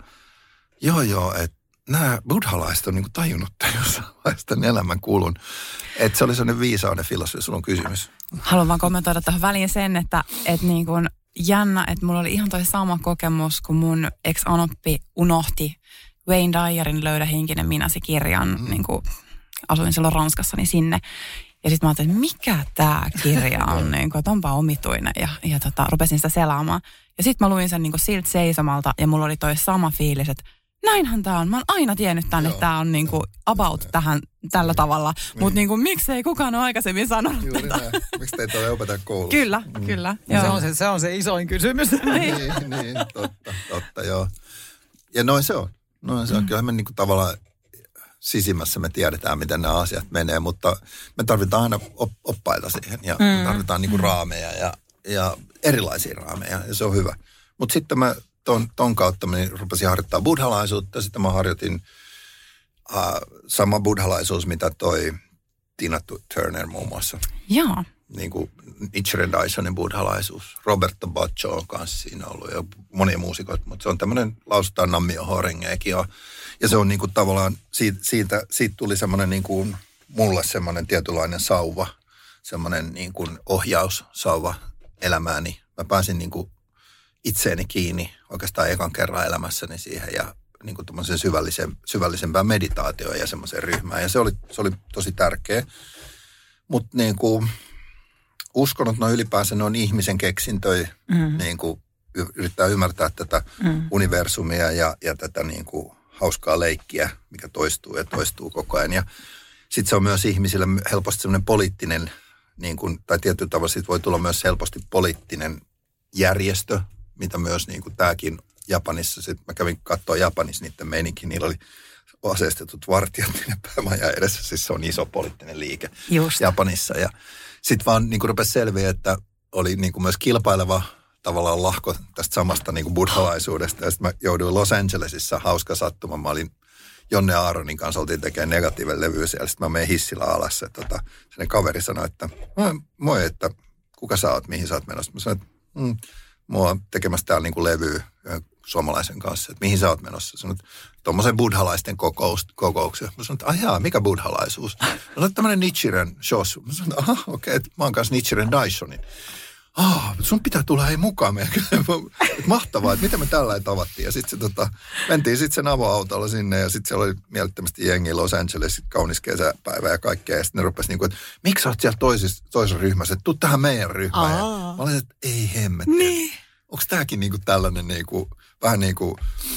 joo joo, että nämä buddhalaiset on niin kuin tajunnut jossain elämän kulun. Että se oli sellainen viisauden filosofia, sulla on kysymys. Haluan vaan kommentoida tuohon väliin sen, että, että niin kuin jännä, että mulla oli ihan toi sama kokemus, kun mun ex-anoppi unohti Wayne Dyerin Löydä henkinen minäsi -kirjan, mm. niin kuin asuin silloin Ranskassa, niin sinne. Ja sitten mä ajattelin, että mikä tämä kirja on, niin kuin, että onpa omituinen. Ja, ja tota, rupesin sitä selaamaan. Ja sitten mä luin sen niin kuin siltä seisomalta ja mulla oli toi sama fiilis, että näinhän tämä on. Mä oon aina tiennyt tämän, että tämä on niinku about tähän tällä tavalla. Niin. Mutta niinku, miksei kukaan ole aikaisemmin sanonut Juuri tätä? Näin. Miksi teitä ole opeta koulussa? Kyllä, mm. kyllä. Se on se, se on se isoin kysymys. niin, niin, totta, totta, joo. Ja noin se on. Noin se on. Mm. Kyllä me niinku tavallaan sisimmässä me tiedetään, miten nämä asiat menee, mutta me tarvitaan aina op- oppaita siihen. Ja mm. me tarvitaan niinku raameja ja, ja erilaisia raameja, ja se on hyvä. Mutta sitten mä Ton, ton kautta mä rupesin harjoittaa buddhalaisuutta. Sitten mä harjoitin uh, sama buddhalaisuus, mitä toi Tina Turner muun muassa. Joo. Niin kuin Nichiren Daishonin buddhalaisuus. Roberto Baccio on kanssa siinä ollut ja monia muusikoita, mutta se on tämmöinen, lausutaan Nammio Horengeekin. Ja, ja se on niin kuin tavallaan, siitä, siitä, siitä tuli semmoinen niin kuin mulle semmoinen tietynlainen sauva, semmoinen niin kuin ohjaussauva elämääni. Mä pääsin niin kuin itseeni kiinni oikeastaan ekan kerran elämässäni siihen ja niin kuin tuommoisen syvällisen, syvällisempään meditaatioon ja semmoiseen ryhmään. Ja se oli, se oli tosi tärkeä. Mutta niin kuin uskonnot, no ylipäänsä ne on ihmisen keksintöjä, mm. niin kuin yrittää ymmärtää tätä mm. universumia ja, ja tätä niin kuin hauskaa leikkiä, mikä toistuu ja toistuu koko ajan. Ja sitten se on myös ihmisillä helposti semmoinen poliittinen, niin kuin, tai tietyllä tavalla siitä voi tulla myös helposti poliittinen järjestö, mitä myös niin kuin tämäkin Japanissa, sitten mä kävin katsoa Japanissa niiden meininkin, niillä oli aseistetut vartijat niiden päämajan edessä, siis se on iso poliittinen liike Just. Japanissa. Ja sitten vaan niin kuin rupesi selviä, että oli niin kuin myös kilpaileva tavallaan lahko tästä samasta niin kuin buddhalaisuudesta. Ja sitten mä jouduin Los Angelesissa, hauska sattuma, mä olin Jonne Aaronin kanssa, oltiin tekemään negatiivinen levy siellä, sitten mä menen hissillä alas, ja tota, sen kaveri sanoi, että moi, moi, että kuka sä oot, mihin sä oot menossa? Mä sanoin, että mm, mua on tekemässä täällä niin kuin levyä suomalaisen kanssa, että mihin sä oot menossa? Sanoit, tuommoisen buddhalaisten kokous, kokouksen. Mä sanoin, että ajaa, mikä buddhalaisuus? Mä sanoin, tämmöinen Nichiren shoshu. Mä sanoin, aha, okei, okay, että mä oon kanssa Nichiren Daishonin. Ah, sun pitää tulla hei mukaan meidän. Mahtavaa, että miten me tällä tavattiin. Ja sitten se tota, mentiin sitten sen avoautolla sinne ja sitten siellä oli mielettömästi jengi Los Angeles, kaunis kesäpäivä ja kaikkea. Ja sitten ne rupesi niin kuin, että miksi sä oot siellä toisessa, toisessa ryhmässä, että tuu tähän meidän ryhmään. Ja mä olin, että ei hemmetti. Niin. Onko tämäkin niin kuin tällainen niin kuin, vähän niin kuin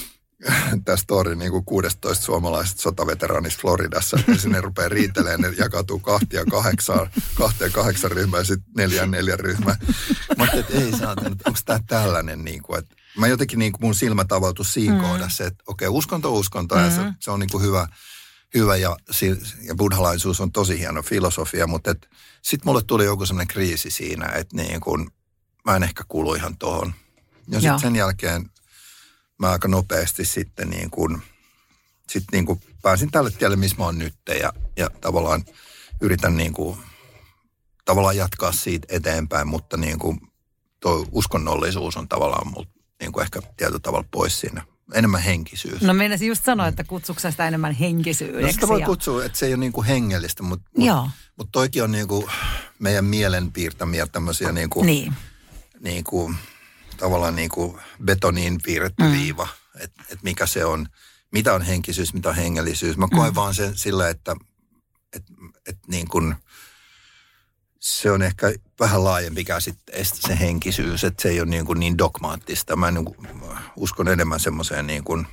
tämä story niin kuin kuusitoista suomalaiset sotaveteraanista Floridassa. Ja sinne rupeaa riitelemään, ne jakautuu kahtia kahdeksaan, kahteen kahdeksan ryhmään ja sitten neljään neljän ryhmään. Mä ajattelin, että ei saatana, että onko tämä tällainen, niin kuin, että mä jotenkin niin kuin mun silmät avautui siinä mm. kohdassa, että okei, okay, uskonto uskonto ja se, se on niin kuin hyvä, hyvä ja, ja buddhalaisuus on tosi hieno filosofia, mutta sitten mulle tuli joku sellainen kriisi siinä, että niin kuin, mä en ehkä kuulu ihan tohon. Ja sitten sen jälkeen mä aika nopeasti sitten niin kuin, sit niin kuin pääsin tälle tielle, missä mä oon nyt ja, ja tavallaan yritän niin kuin, tavallaan jatkaa siitä eteenpäin, mutta niin kuin tuo uskonnollisuus on tavallaan multa niin kuin ehkä tietyllä tavalla pois siinä. Enemmän henkisyys. No meinasin just sanoa, että kutsuksä sitä enemmän henkisyydeksi. No sitä voi ja... kutsua, että se ei ole niin kuin hengellistä, mutta mut, mut toikin on niin kuin meidän mielen piirtämiä tämmöisiä niin kuin, niin. Niin kuin, tavallaan niin kuin betoniin piirretty mm. viiva, että et mikä se on, mitä on henkisyys, mitä on hengellisyys. Mä koen mm. vaan sen sillä, että et, et niin kuin, se on ehkä vähän laajempi käsitteistä se henkisyys, että se ei ole niin, kuin niin dogmaattista. Mä niin kuin uskon enemmän semmoiseen niin kuin,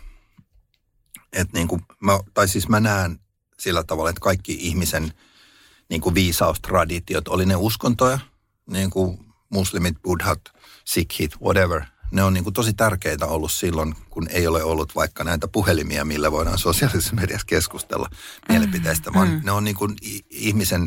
että niin kuin, mä, tai siis mä näen sillä tavalla, että kaikki ihmisen niin kuin viisaustraditiot, oli ne uskontoja, niin kuin muslimit, buddhat, sikhit, whatever. Ne on niin kuin tosi tärkeitä ollut silloin, kun ei ole ollut vaikka näitä puhelimia, millä voidaan sosiaalisessa mediassa keskustella mielipiteistä, vaan mm. ne on niin kuin ihmisen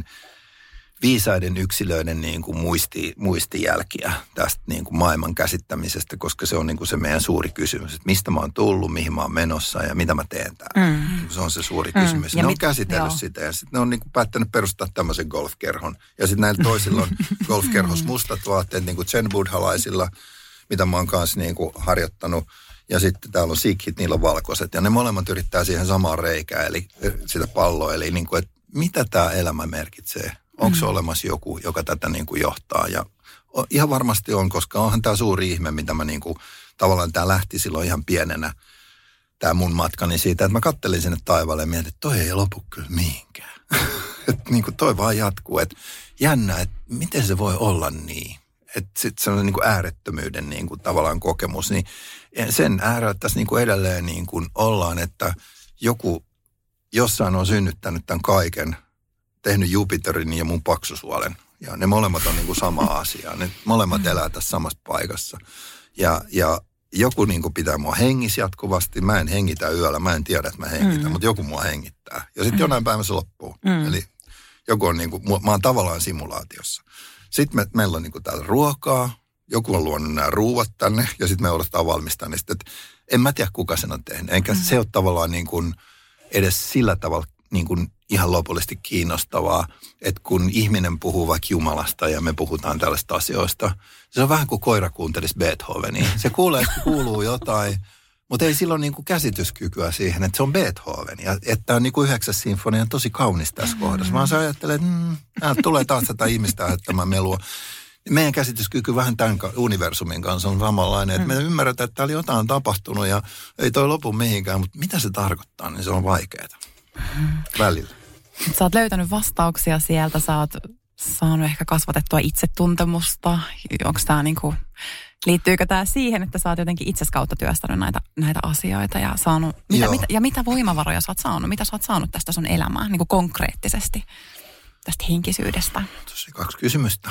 viisaiden yksilöiden niin kuin muisti, muistijälkiä tästä niin kuin maailman käsittämisestä, koska se on niin kuin se meidän suuri kysymys, että mistä mä oon tullut, mihin mä oon menossa ja mitä mä teen täällä. Mm. Se on se suuri kysymys. Mm. Ja ne mit, on käsitellyt joo. sitä ja sitten ne on niin kuin päättänyt perustaa tämmöisen golfkerhon. Ja sitten näillä toisilla on golfkerhos mustat vaatteet, niin kuin zen-buddhalaisilla, mitä mä oon kanssa niin kuin harjoittanut. Ja sitten täällä on sikhit, niillä on valkoiset. Ja ne molemmat yrittää siihen samaan reikään, eli sitä palloa. Eli niin kuin, että mitä tämä elämä merkitsee? Onko se olemassa joku, joka tätä niin kuin johtaa? Ja ihan varmasti on, koska onhan tämä suuri ihme, mitä mä niin kuin, tavallaan tämä lähti silloin ihan pienenä, tämä mun matkani siitä, että mä kattelin sinne taivaalle ja mietin, että toi ei lopu kyllä mihinkään. Että niin kuin toi vaan jatkuu, että jännä, että miten se voi olla niin. Että sitten se on niin kuin äärettömyyden niin kuin tavallaan kokemus, niin sen äärellä tässä niin kuin edelleen niin kuin ollaan, että joku jossain on synnyttänyt tämän kaiken, tehnyt Jupiterin ja mun paksusuolen. Ja ne molemmat on niin kuin sama asia. Ne molemmat elää tässä samassa paikassa. Ja, ja joku niin kuin pitää mua hengissä jatkuvasti. Mä en hengitä yöllä. Mä en tiedä, että mä hengitän, mm. mutta joku mua hengittää. Ja sitten jonain päivänä se loppuu. Mm. Eli joku on niin kuin, mä oon tavallaan simulaatiossa. Sitten me, meillä on niin kuin täällä ruokaa. Joku on luonut nämä ruuat tänne. Ja sitten me odotetaan valmistaa niistä. Että en mä tiedä, kuka sen on tehnyt. Enkä mm. se ole tavallaan niin kuin edes sillä tavalla niin kuin ihan lopullisesti kiinnostavaa, että kun ihminen puhuu vaikka Jumalasta ja me puhutaan tällaista asioista, se on vähän kuin koira kuuntelisi Beethovenia. Se kuulee, että kuuluu jotain, mutta ei silloin niin kuin käsityskykyä siihen, että se on Beethoven. Ja että on niin kuin yhdeksäs sinfonia on tosi kaunis tässä kohdassa. Vaan se ajattelee, että mm, tulee taas tätä ihmistä ajattamaan melua. Meidän käsityskyky vähän tämän universumin kanssa on samanlainen, että me ymmärretään, että täällä jotain tapahtunut ja ei toi lopu mihinkään, mutta mitä se tarkoittaa, niin se on vaikeaa. Välillä. Sä oot löytänyt vastauksia sieltä, sä oot saanut ehkä kasvatettua itsetuntemusta. Onko tää niinku, liittyykö tää siihen, että sä oot jotenkin itses kautta työstänyt näitä, näitä asioita ja saanut, mitä, mitä, ja mitä voimavaroja sä oot saanut? Mitä sä oot saanut tästä sun elämää, niinku konkreettisesti, tästä henkisyydestä? Tosi kaksi kysymystä.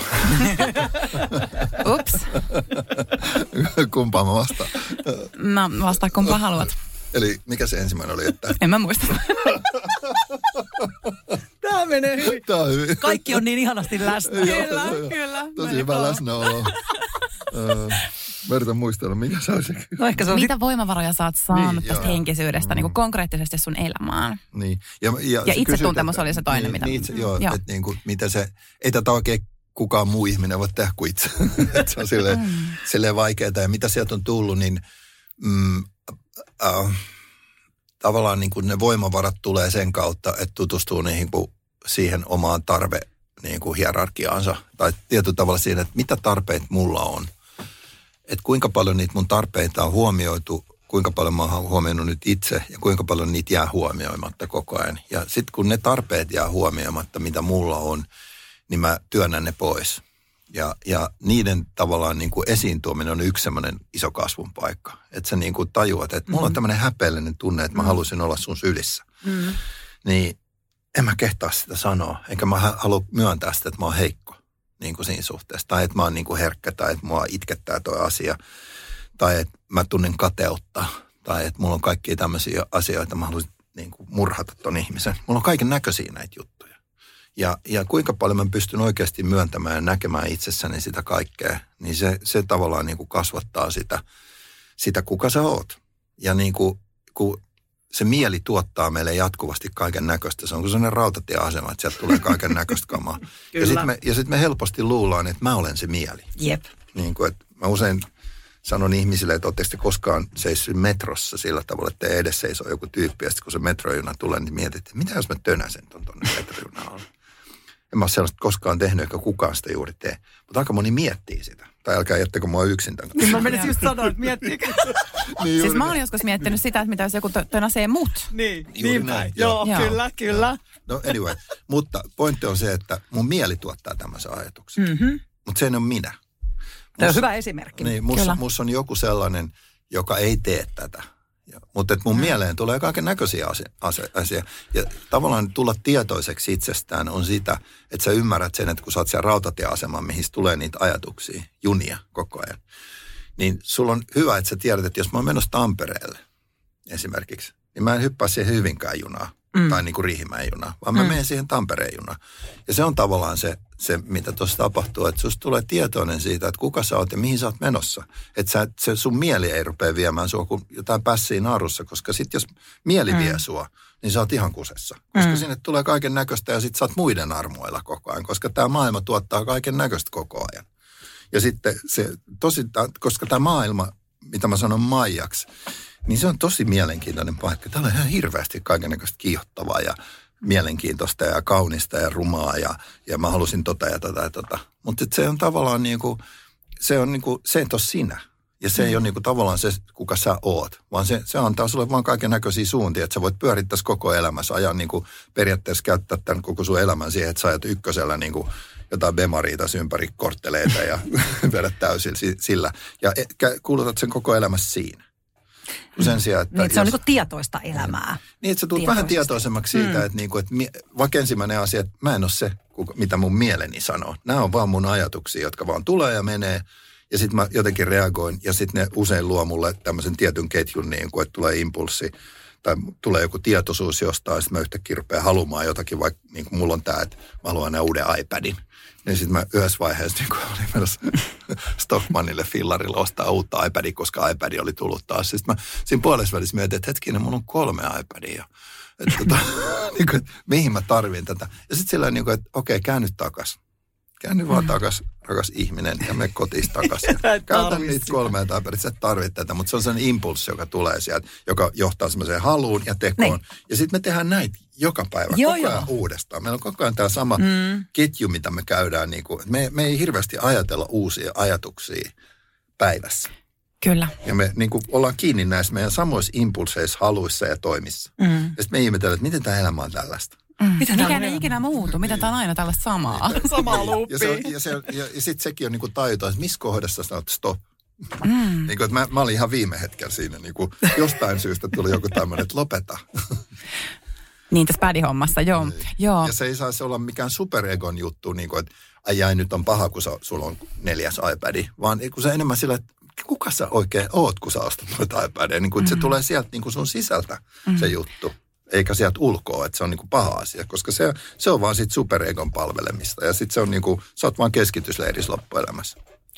Ups. Kumpaa mä vastaan? No vastaa kumpaa haluat. Eli mikä se ensimmäinen oli, että... En mä muista. Tämä menee hyvin. Tämä on hyvin. Kaikki on niin ihanasti läsnä. Kyllä, kyllä. Tosi hyvä läsnäolo. Mä yritän muistella, mikä se olisi. No ehkä se on mitä sit... voimavaroja sä oot saanut niin, tästä joo. henkisyydestä mm. niin kuin konkreettisesti sun elämään? Niin. Ja, ja, ja itsetuntemus oli se toinen, niin, mitä... Niin, itse, joo, joo. että niin kuin, mitä se... Ei tätä oikein kukaan muu ihminen voi tehdä kuin itse. Että se on silleen, mm. silleen vaikeaa. Ja mitä sieltä on tullut, niin... Mm, äh, tavallaan niin kuin ne voimavarat tulee sen kautta, että tutustuu niihin kuin siihen omaan tarve niin kuin hierarkiaansa. Tai tietyllä tavalla siihen, että mitä tarpeita mulla on. Että kuinka paljon niitä mun tarpeita on huomioitu, kuinka paljon mä oon huomioinut nyt itse ja kuinka paljon niitä jää huomioimatta koko ajan. Ja sitten kun ne tarpeet jää huomioimatta, mitä mulla on, niin mä työnnän ne pois. Ja, ja niiden tavallaan niin kuin esiin tuominen on yksi semmoinen iso kasvun paikka. Että sä niin kuin tajuat, että mulla on tämmöinen häpeällinen tunne, että mä haluaisin olla sun sylissä. Mm. Niin en mä kehtaa sitä sanoa. Enkä mä halua myöntää sitä, että mä oon heikko niin kuin siinä suhteessa. Tai että mä oon niin kuin herkkä tai että mua itkettää toi asia. Tai että mä tunnen kateutta. Tai että mulla on kaikkia tämmöisiä asioita, mä haluaisin niin kuin murhata ton ihmisen. Mulla on kaiken näköisiä näitä juttuja. Ja, ja kuinka paljon mä pystyn oikeasti myöntämään ja näkemään itsessäni sitä kaikkea, niin se, se tavallaan niin kuin kasvattaa sitä, sitä, kuka sä oot. Ja niin kuin, kun se mieli tuottaa meille jatkuvasti kaiken näköistä, se on kuin sellainen rautatieasema, että sieltä tulee kaiken näköistä kamaa. Ja sitten me, sit me helposti luullaan, että mä olen se mieli. Jep. Niin kuin, että mä usein sanon ihmisille, että ootteko te koskaan seissyt metrossa sillä tavalla, että edes seisoo joku tyyppi, ja sitten kun se metrojuna tulee, niin mietit, että mitä jos mä tönäsen ton tonne metrojunaan. En mä ole sellaista koskaan tehnyt, eikä kukaan sitä juuri tee. Mutta aika moni miettii sitä. Tai älkää jättäkö mua yksin tämän kanssa. Mä menisin just sanoa, että miettiikö. niin, siis mä oon joskus miettinyt sitä, että mitä jos joku tönäsee mut. Niin, juuri niin näin. Joo, joo, kyllä, kyllä. No anyway, mutta pointti on se, että mun mieli tuottaa tämmöisen ajatuksen. Mm-hmm. Mutta se en ole minä. Tämä on hyvä esimerkki. Niin, musta, musta on joku sellainen, joka ei tee tätä. Ja, mutta mun mm. mieleen tulee kaiken näköisiä asioita. Ja tavallaan tulla tietoiseksi itsestään on sitä, että sä ymmärrät sen, että kun sä oot siellä rautatieaseman, mihin tulee niitä ajatuksia, junia koko ajan. Niin sulla on hyvä, että sä tiedät, että jos mä oon menossa Tampereelle esimerkiksi, niin mä en hyppää siihen Hyvinkään junaan. Mm. Tai niin kuin Riihimäen junaan, vaan mä mm. menen siihen Tampereen junaan. Ja se on tavallaan se, se mitä tuossa tapahtuu, että susta tulee tietoinen siitä, että kuka sä oot ja mihin sä oot menossa. Että sä, se sun mieli ei rupea viemään sua kuin jotain pässiä narussa, koska sit jos mieli mm. vie sua, niin sä oot ihan kusessa. Koska mm. sinne tulee kaiken näköistä ja sit sä oot muiden armoilla koko ajan, koska tämä maailma tuottaa kaiken näköistä koko ajan. Ja sitten se tosi, koska tämä maailma, mitä mä sanon maijaksi, niin se on tosi mielenkiintoinen paikka. Täällä on ihan hirveästi kaikennäköistä kiihottavaa ja mielenkiintoista ja kaunista ja rumaa ja, ja mä halusin tota ja tota ja tota. Mutta se on tavallaan niinku, se on niinku, se ei ole sinä. Ja se mm. ei ole niinku tavallaan se, kuka sä oot, vaan se, se antaa sulle vaan kaikennäköisiä suuntia, että sä voit pyörittää koko elämässä, ajaa niinku periaatteessa käyttää tämän koko sun elämän siihen, että sä ajat ykkösellä niinku jotain bemaria tässä ympäri kortteleita ja vedät täysin sillä. Ja kulutat sen koko elämässä siinä. Sen sijaan, että niin, että se on jos, niin kuin tietoista elämää. Niin, että sä tulet vähän tietoisemmaksi siitä, mm. että, niin kuin, että vaikka ensimmäinen asia, että mä en ole se, mitä mun mieleni sanoo. Nämä on vaan mun ajatuksia, jotka vaan tulee ja menee. Ja sitten mä jotenkin reagoin ja sitten ne usein luo mulle tämmöisen tietyn ketjun, niin kuin, että tulee impulssi tai tulee joku tietoisuus jostain. Sitten mä yhtäkkiä rupean haluamaan jotakin, vaikka niin kuin mulla on tämä, että mä haluan aina uuden iPadin. Niin sitten mä yhdessä vaiheessa niin olin menossa Stockmannille fillarilla ostaa uutta iPadia, koska iPad oli tullut taas. Sitten mä siinä puolessa välissä mietin, että hetkinen, mulla on kolme iPadia. Että, tota, niin kuin, että mihin mä tarvin tätä. Ja sitten sillä niin kuin, että okei, käänny takas. Käänny vaan takas, rakas ihminen, ja mene kotiin takaisin. Käytä niitä kolmea iPadia, sä et tarvitse tätä, mutta se on sellainen impulssi, joka tulee sieltä, joka johtaa semmoiseen haluun ja tekoon. Nein. Ja sitten me tehdään näitä joka päivä, joo, koko ajan joo. uudestaan. Meillä on koko ajan tämä sama mm. ketju, mitä me käydään. Niin kuin, me, me ei hirveästi ajatella uusia ajatuksia päivässä. Kyllä. Ja me niin kuin, ollaan kiinni näissä meidän samoissa impulseissa, haluissa ja toimissa. Mm. Ja sitten me ihmetellään, että miten tämä elämä on tällaista. Mm. Mikä ei ikinä muutu? Miten tämä on aina tällaista samaa? Samaa luuppia. Ja, ja, ja, ja sitten sekin on niin kuin tajuta, että missä kohdassa sanot stop. Mm. niin kuin, että mä, mä olin ihan viime hetkellä siinä. Niin kuin, jostain syystä tuli joku tämmöinen, että lopeta. Niin tässä pädihommassa, joo. Niin. joo. Ja se ei saisi olla mikään superegon juttu, niin kuin, että ai jai, nyt on paha, kun sä, sulla on neljäs iPad. Vaan kun se enemmän sillä, että kuka sä oikein oot, kun sä ostat noita iPadia. Niin kuin, mm. se tulee sieltä niin kuin sun sisältä mm. se juttu. Eikä sieltä ulkoa, että se on niinku paha asia, koska se, se on vaan sit superegon palvelemista. Ja sitten se on niinku, sä oot vaan keskitysleirissä loppuelämässä.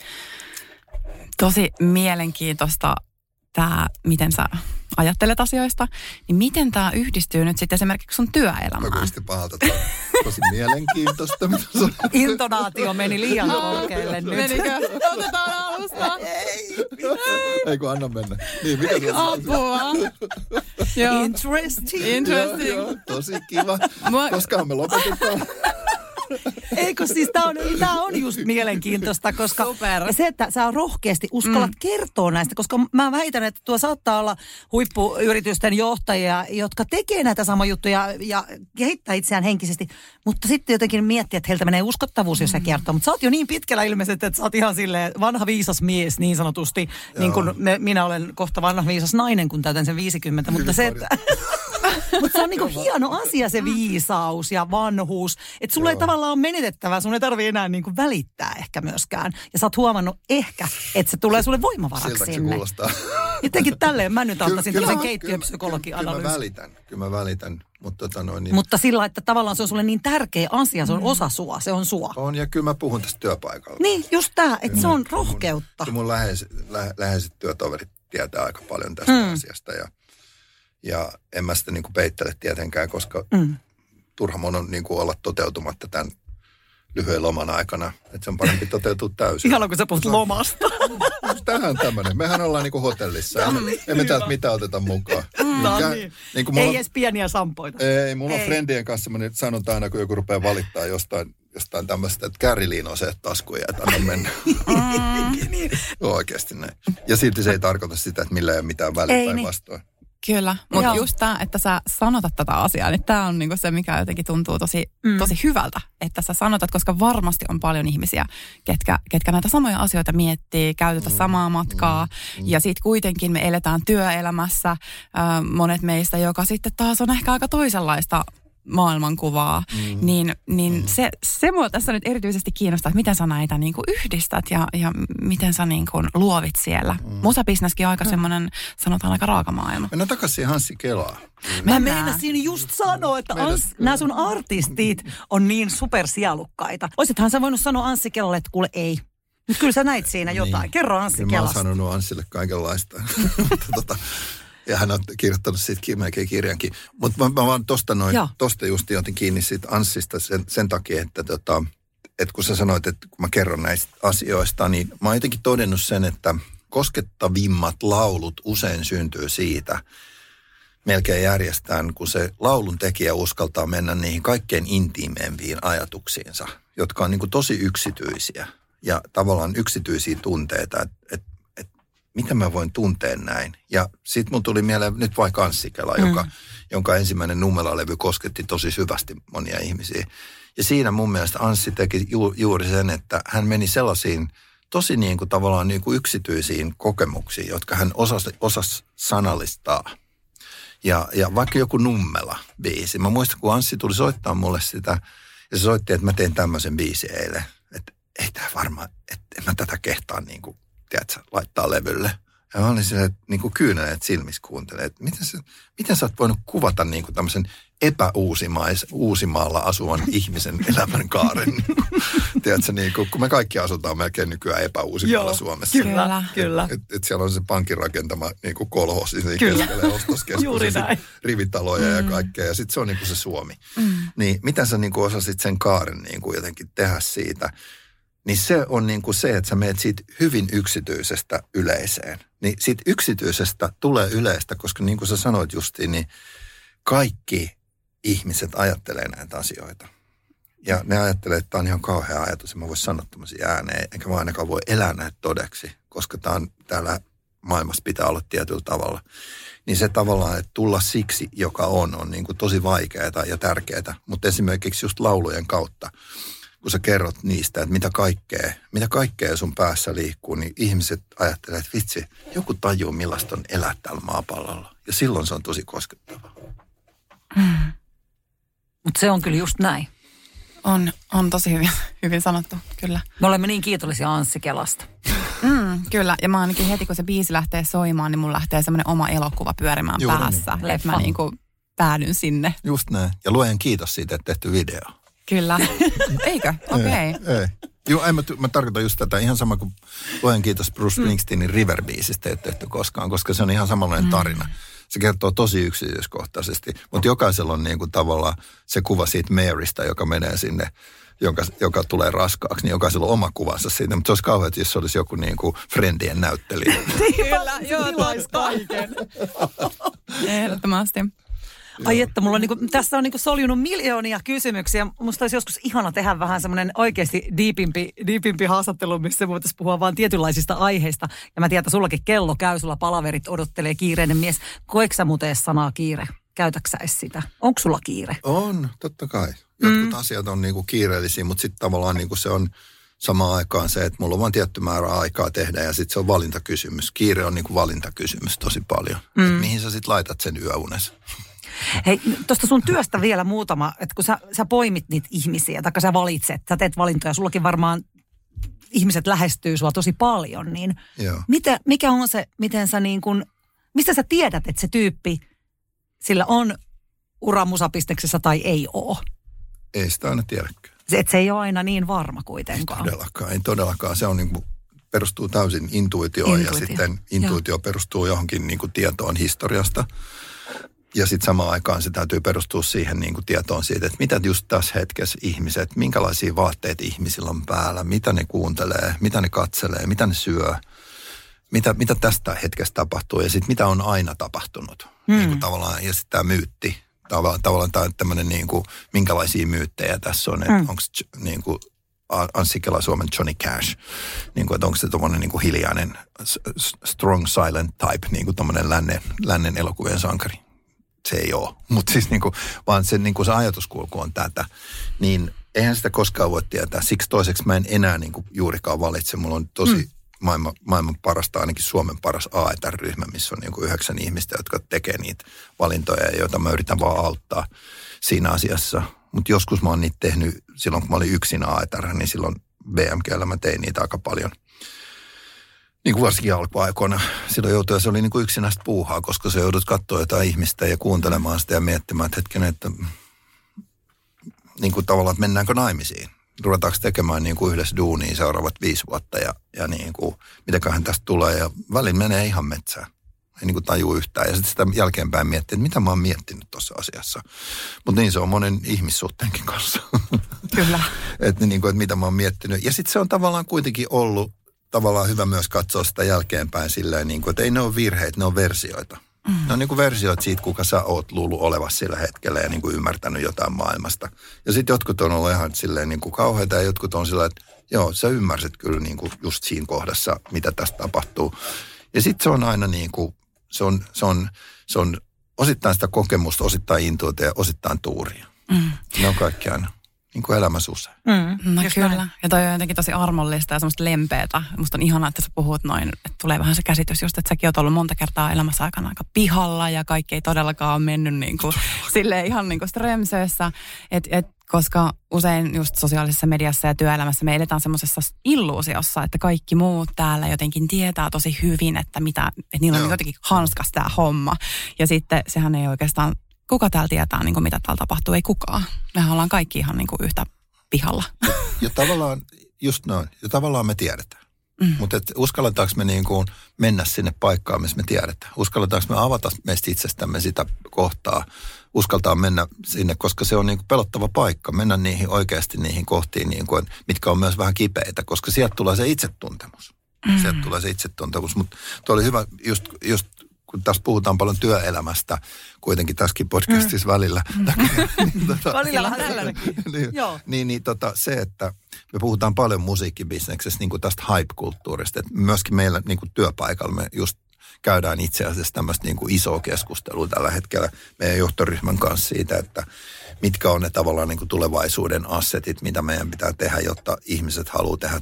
Tosi mielenkiintoista tämä, miten sä ajattelet asioista. Niin miten tämä yhdistyy nyt sitten esimerkiksi sun työelämään? Mä kuulosti pahalta. Tosi mielenkiintoista. Intonaatio meni liian korkealle nyt. Menikö? Otetaan alusta. Ei. Ei kun anna mennä. Niin, mikä se on? Apua. Interesting. Interesting. Joo, joo, tosi kiva. Mua... Koskahan me lopetetaan? Eikö siis tämä on, tää on just mielenkiintoista, koska Super. se, että sä rohkeasti uskallat mm. kertoa näistä, koska mä väitän, että tuo saattaa olla huippuyritysten johtajia, jotka tekee näitä samoja juttuja ja kehittää itseään henkisesti, mutta sitten jotenkin miettii, että heiltä menee uskottavuus, jos sä kertoo. Mutta sä oot jo niin pitkällä ilmeisesti, että sä oot ihan silleen vanha viisas mies niin sanotusti, joo. niin kuin me, minä olen kohta vanha viisas nainen, kun täytän sen viisikymmentä, mutta se, että... Mutta se on niinku hieno asia se viisaus ja vanhuus. Että sulla ei tavallaan ole menetettävää, sun ei tarvitse enää niinku välittää ehkä myöskään. Ja sä oot huomannut ehkä, että se tulee sulle voimavaraksi siltäkö sinne. Se kuulostaa. Jotenkin tälleen mä nyt antaisin tällaisen keittiöpsykologi-analyysin. Kyllä mä välitän, kyllä mä välitän. Mutta, tota noin, niin... mutta sillä, että tavallaan se on sulle niin tärkeä asia, se on mm. osa sua, se on sua. On, ja kyllä mä puhun tästä työpaikalla. Niin, just tää, että se on rohkeutta. Mun, mun läheiset, lä, läheiset työtoverit tietää aika paljon tästä mm. asiasta ja Ja en mä sitä niinku peittele tietenkään, koska mm. turha mun on niinku olla toteutumatta tämän lyhyen loman aikana. Että se on parempi toteutua täysin. Ihana, kun sä puhut lomasta. Tähän tämmöinen. Mehän ollaan niinku hotellissa. Ja me, emme täältä mitään oteta mukaan. No niin. Niin ei on, edes pieniä sampoita. Ei, mulla ei. on friendien kanssa sanonta aina, kun joku rupeaa valittaa jostain, jostain tämmöistä, että kärriliin on se taskuja, että anna mennä. Oikeasti näin. Ja silti se ei tarkoita sitä, että millä ei ole mitään väliä päinvastoin. Kyllä, mutta just tämä, että sä sanotat tätä asiaa, niin tämä on niinku se, mikä jotenkin tuntuu tosi, mm. tosi hyvältä, että sä sanotat, koska varmasti on paljon ihmisiä, ketkä, ketkä näitä samoja asioita miettii, käytetä mm. samaa matkaa, mm. ja sitten kuitenkin me eletään työelämässä, äh, monet meistä, joka sitten taas on ehkä aika toisenlaista maailmankuvaa, mm. niin, niin mm. se, se mua tässä nyt erityisesti kiinnostaa, että miten sä näitä niin kuin yhdistät ja, ja miten sä niin kuin luovit siellä. Mm. Musabisneskin on aika mm. semmoinen, sanotaan aika raaka maailma. Mennään takaisin Hanssi Kelaan. Mä meinasin just sanoa, että Ans, nämä sun artistit on niin supersielukkaita. Oisithan sä voinut sanoa Anssi Kelalle, että kuule ei. Nyt kyllä sä näit siinä jotain. Niin. Kerro Anssi Kelasta. Mä oon sanonut Anssille kaikenlaista. Mutta tota... Ja hän on kirjoittanut siitä melkein kirjankin. Mutta mä, mä vaan tosta, noin, tosta just otin kiinni siitä Anssista sen, sen takia, että, tota, että kun sä sanoit, että kun mä kerron näistä asioista, niin mä oon jotenkin todennut sen, että koskettavimmat laulut usein syntyy siitä melkein järjestään, kun se laulun tekijä uskaltaa mennä niihin kaikkein intiimeimpiin ajatuksiinsa, jotka on niin kuin tosi yksityisiä ja tavallaan yksityisiä tunteita, että et, mitä mä voin tuntea näin. Ja sit mun tuli mieleen nyt vaikka Anssi Kela, mm. joka, jonka ensimmäinen Nummela-levy kosketti tosi syvästi monia ihmisiä. Ja siinä mun mielestä Anssi teki ju, juuri sen, että hän meni sellaisiin tosi niin kuin tavallaan niin kuin yksityisiin kokemuksiin, jotka hän osasi, osasi sanallistaa. Ja, ja vaikka joku Nummela-biisi. Mä muistan, kun Anssi tuli soittaa mulle sitä, ja se soitti, että mä tein tämmöisen biisin eilen. Että ei tää varmaan, että en mä tätä kehtaa niin kuin tiedätkö, laittaa levylle. Ja mä olin silleen, että niin kuin kyyneleet silmissä kuuntelee, että miten, se, miten sä oot voinut kuvata niin kuin tämmöisen epäuusimaalla asuvan ihmisen elämänkaaren. Niin kuin, tiedätkö, niin kuin, kun me kaikki asutaan melkein nykyään epäuusimaalla Joo, Suomessa. Kyllä, et, kyllä. Että et siellä on se pankin rakentama niin kuin kolhos, niin keskellä ostoskeskus, rivitaloja mm. ja kaikkea. Ja sitten se on niin kuin se Suomi. Mm. Niin miten sä niin kuin osasit sen kaaren niin kuin jotenkin tehdä siitä? Niin se on niin kuin se, että sä meet siitä hyvin yksityisestä yleiseen. Niin siitä yksityisestä tulee yleistä, koska niin kuin sä sanoit justiin, niin kaikki ihmiset ajattelee näitä asioita. Ja ne ajattelee, että tämä on ihan kauhea ajatus, ja mä voin sanoa tämmöisiä ääneen, enkä mä ainakaan voi elää näitä todeksi, koska tää on, täällä maailmassa pitää olla tietyllä tavalla. Niin se tavallaan, että tulla siksi, joka on, on niin kuin tosi vaikeaa ja tärkeää, mutta esimerkiksi just laulujen kautta, kun sä kerrot niistä, että mitä kaikkea, mitä kaikkea sun päässä liikkuu, niin ihmiset ajattelee, että vitsi, joku tajuu, millaista on elää täällä maapallolla. Ja silloin se on tosi koskettavaa. Mm. Mutta se on kyllä just näin. On, on tosi hyvin, hyvin sanottu, kyllä. Me olemme niin kiitollisia Anssi Kelasta. Mm, kyllä, ja mä ainakin heti, kun se biisi lähtee soimaan, niin mun lähtee semmoinen oma elokuva pyörimään Juuri päässä. Niin. Että mä niin kuin päädyn sinne. Just näin. Ja luojan kiitos siitä, että tehty video. Kyllä. Eikö? Okei. Okay. Ei, ei. Joo, ei, mä, mä tarkoitan just tätä. Ihan sama kuin luojan kiitos Bruce Springsteenin River-biisistä ei tehty koskaan, koska se on ihan samanlainen tarina. Se kertoo tosi yksityiskohtaisesti, mutta jokaisella on niin kuin tavallaan se kuva siitä Marystä, joka menee sinne, joka, joka tulee raskaaksi, niin jokaisella on oma kuvansa siitä. Mutta se olisi kauhean, jos se olisi joku niin kuin Friendien näyttelijä. Kyllä, joo, tois kaiken. Ehdottomasti. Ai että, mulla on niinku, tässä on niinku soljunut miljoonia kysymyksiä. Musta olisi joskus ihana tehdä vähän semmoinen oikeasti diipimpi, diipimpi haastattelu, missä voitaisiin puhua vaan tietynlaisista aiheista. Ja mä tiedän, että sullakin kello käy, sulla palaverit odottelee, kiireinen mies. Koetko sä muuten sanaa kiire? Käytätkö sä edes sitä? Onko sulla kiire? On, totta kai. Jotkut mm. asiat on niinku kiireellisiä, mutta sitten tavallaan niinku se on samaan aikaan se, että mulla on vain tietty määrä aikaa tehdä ja sitten se on valintakysymys. Kiire on niinku valintakysymys tosi paljon. Mm. Et mihin sä sitten laitat sen yöunes? Hei, tuosta sun työstä vielä muutama, että kun sä, sä poimit niitä ihmisiä, tai sä valitset, sä teet valintoja, sullakin varmaan ihmiset lähestyy sua tosi paljon, niin mitä, mikä on se, miten sä niin kun, mistä sä tiedät, että se tyyppi, sillä on ura musapisteksessä tai ei ole? Ei sitä aina tiedäkään. Se, että se ei ole aina niin varma kuitenkaan. Ei todellakaan, ei todellakaan. Se on niin kuin, perustuu täysin intuitioon Intuitio. ja sitten intuitio Joo. perustuu johonkin niin kuin tietoon historiasta. Ja sitten samaan aikaan se täytyy perustua siihen niin kuin tietoon siitä, että mitä just tässä hetkessä ihmiset, minkälaisia vaatteita ihmisillä on päällä, mitä ne kuuntelee, mitä ne katselee, mitä ne syö, mitä, mitä tästä hetkestä tapahtuu ja sitten mitä on aina tapahtunut. Hmm. Niin kuin tavallaan, ja sitten tämä myytti, tavallaan, tavallaan tämä tämmöinen, niin kuin, minkälaisia myyttejä tässä on, että hmm. onko niin kuin Anssi Kela-Suomen Johnny Cash. Niin kuin, että onko se tommoinen niin kuin hiljainen, strong silent type, niin kuin tommoinen lännen, lännen elokuvien sankari. Se ei ole. Mutta siis niin kuin, vaan se, niin kuin se ajatuskulku on tätä. Niin eihän sitä koskaan voi tietää. Siksi toiseksi mä en enää niin kuin juurikaan valitse. Mulla on tosi mm. maailman, maailman parasta, ainakin Suomen paras A E T R-ryhmä, missä on niin kuin yhdeksän ihmistä, jotka tekee niitä valintoja, joita mä yritän vaan auttaa siinä asiassa. Mutta joskus mä oon niitä tehnyt, silloin kun mä olin yksin A E T R, niin silloin B M G:llä mä tein niitä aika paljon. Niin kuin varsinkin alkuaikoina. Silloin joutui, se oli niin kuin yksinäistä puuhaa, koska se joudut katsoa jotain ihmistä ja kuuntelemaan sitä ja miettimään, että hetken, että niin kuin tavallaan, että mennäänkö naimisiin. Ruvetaanko tekemään niin kuin yhdessä duunia seuraavat viisi vuotta ja, ja niin kuin, mitäköhän tästä tulee. Ja välillä menee ihan metsään. Ei niin kuin tajuu yhtään. Ja sitten sitä jälkeenpäin miettii, että mitä mä oon miettinyt tuossa asiassa. Mutta niin se on monen ihmissuhteenkin kanssa. Kyllä. että niin kuin, että mitä mä oon miettinyt. Ja sitten se on tavallaan kuitenkin ollut tavallaan hyvä myös katsoa sitä jälkeenpäin silleen, niin kuin, että ei ne ole virheitä, ne on versioita. Mm. Ne on niin kuin versioita siitä, kuka sä oot luullut olevassa sillä hetkellä ja niin kuin ymmärtänyt jotain maailmasta. Ja sitten jotkut on ollut ihan silleen niin kuin kauheita ja jotkut on sillä, että joo, sä ymmärsit kyllä niin kuin just siinä kohdassa, mitä tästä tapahtuu. Ja sitten se on aina niin kuin, se on, se on, se on osittain sitä kokemusta, osittain intuita ja osittain tuuria. Mm. Ne on kaikki aina. Niin kuin elämässä usein. Mm, no kyllä. Näin. Ja toi on jotenkin tosi armollista ja semmoista lempeätä. Musta on ihanaa, että sä puhut noin, että tulee vähän se käsitys just, että säkin oot ollut monta kertaa elämässä aikana aika pihalla ja kaikki ei todellakaan ole mennyt niin kuin, silleen ihan niin kuin strömsössä. Et, et, koska usein just sosiaalisessa mediassa ja työelämässä me eletään semmoisessa illuusiossa, että kaikki muut täällä jotenkin tietää tosi hyvin, että, mitä, että niillä on Joo. jotenkin hanskas tämä homma. Ja sitten sehän ei oikeastaan... Kuka täällä tietää, niin kuin mitä täällä tapahtuu? Ei kukaan. Mehän ollaan kaikki ihan niin kuin yhtä pihalla. Ja, ja tavallaan, just noin, ja tavallaan me tiedetään. Mm. Mutta uskalletaanko me niin kuin mennä sinne paikkaan, missä me tiedetään? Uskalletaanko me avata meistä itsestämme sitä kohtaa? Uskaltaa mennä sinne, koska se on niin kuin pelottava paikka. Mennä niihin oikeasti niihin kohtiin, niin kuin, mitkä on myös vähän kipeitä, koska sieltä tulee se itsetuntemus. Mm. Sieltä tulee se itsetuntemus. Mutta tuo oli hyvä just... just kun tässä puhutaan paljon työelämästä, kuitenkin tässäkin podcastissa mm. välillä. Mm. niin, tota, välillä on tälläkin. niin, niin, niin tota, se, että me puhutaan paljon musiikkibisneksessä niin kuin tästä hype-kulttuurista. Että myöskin meillä niin kuin työpaikalla me just käydään itse asiassa tämmöistä niin kuin isoa keskustelua tällä hetkellä meidän johtoryhmän kanssa siitä, että mitkä on ne tavallaan niin kuin tulevaisuuden assetit, mitä meidän pitää tehdä, jotta ihmiset haluaa tehdä,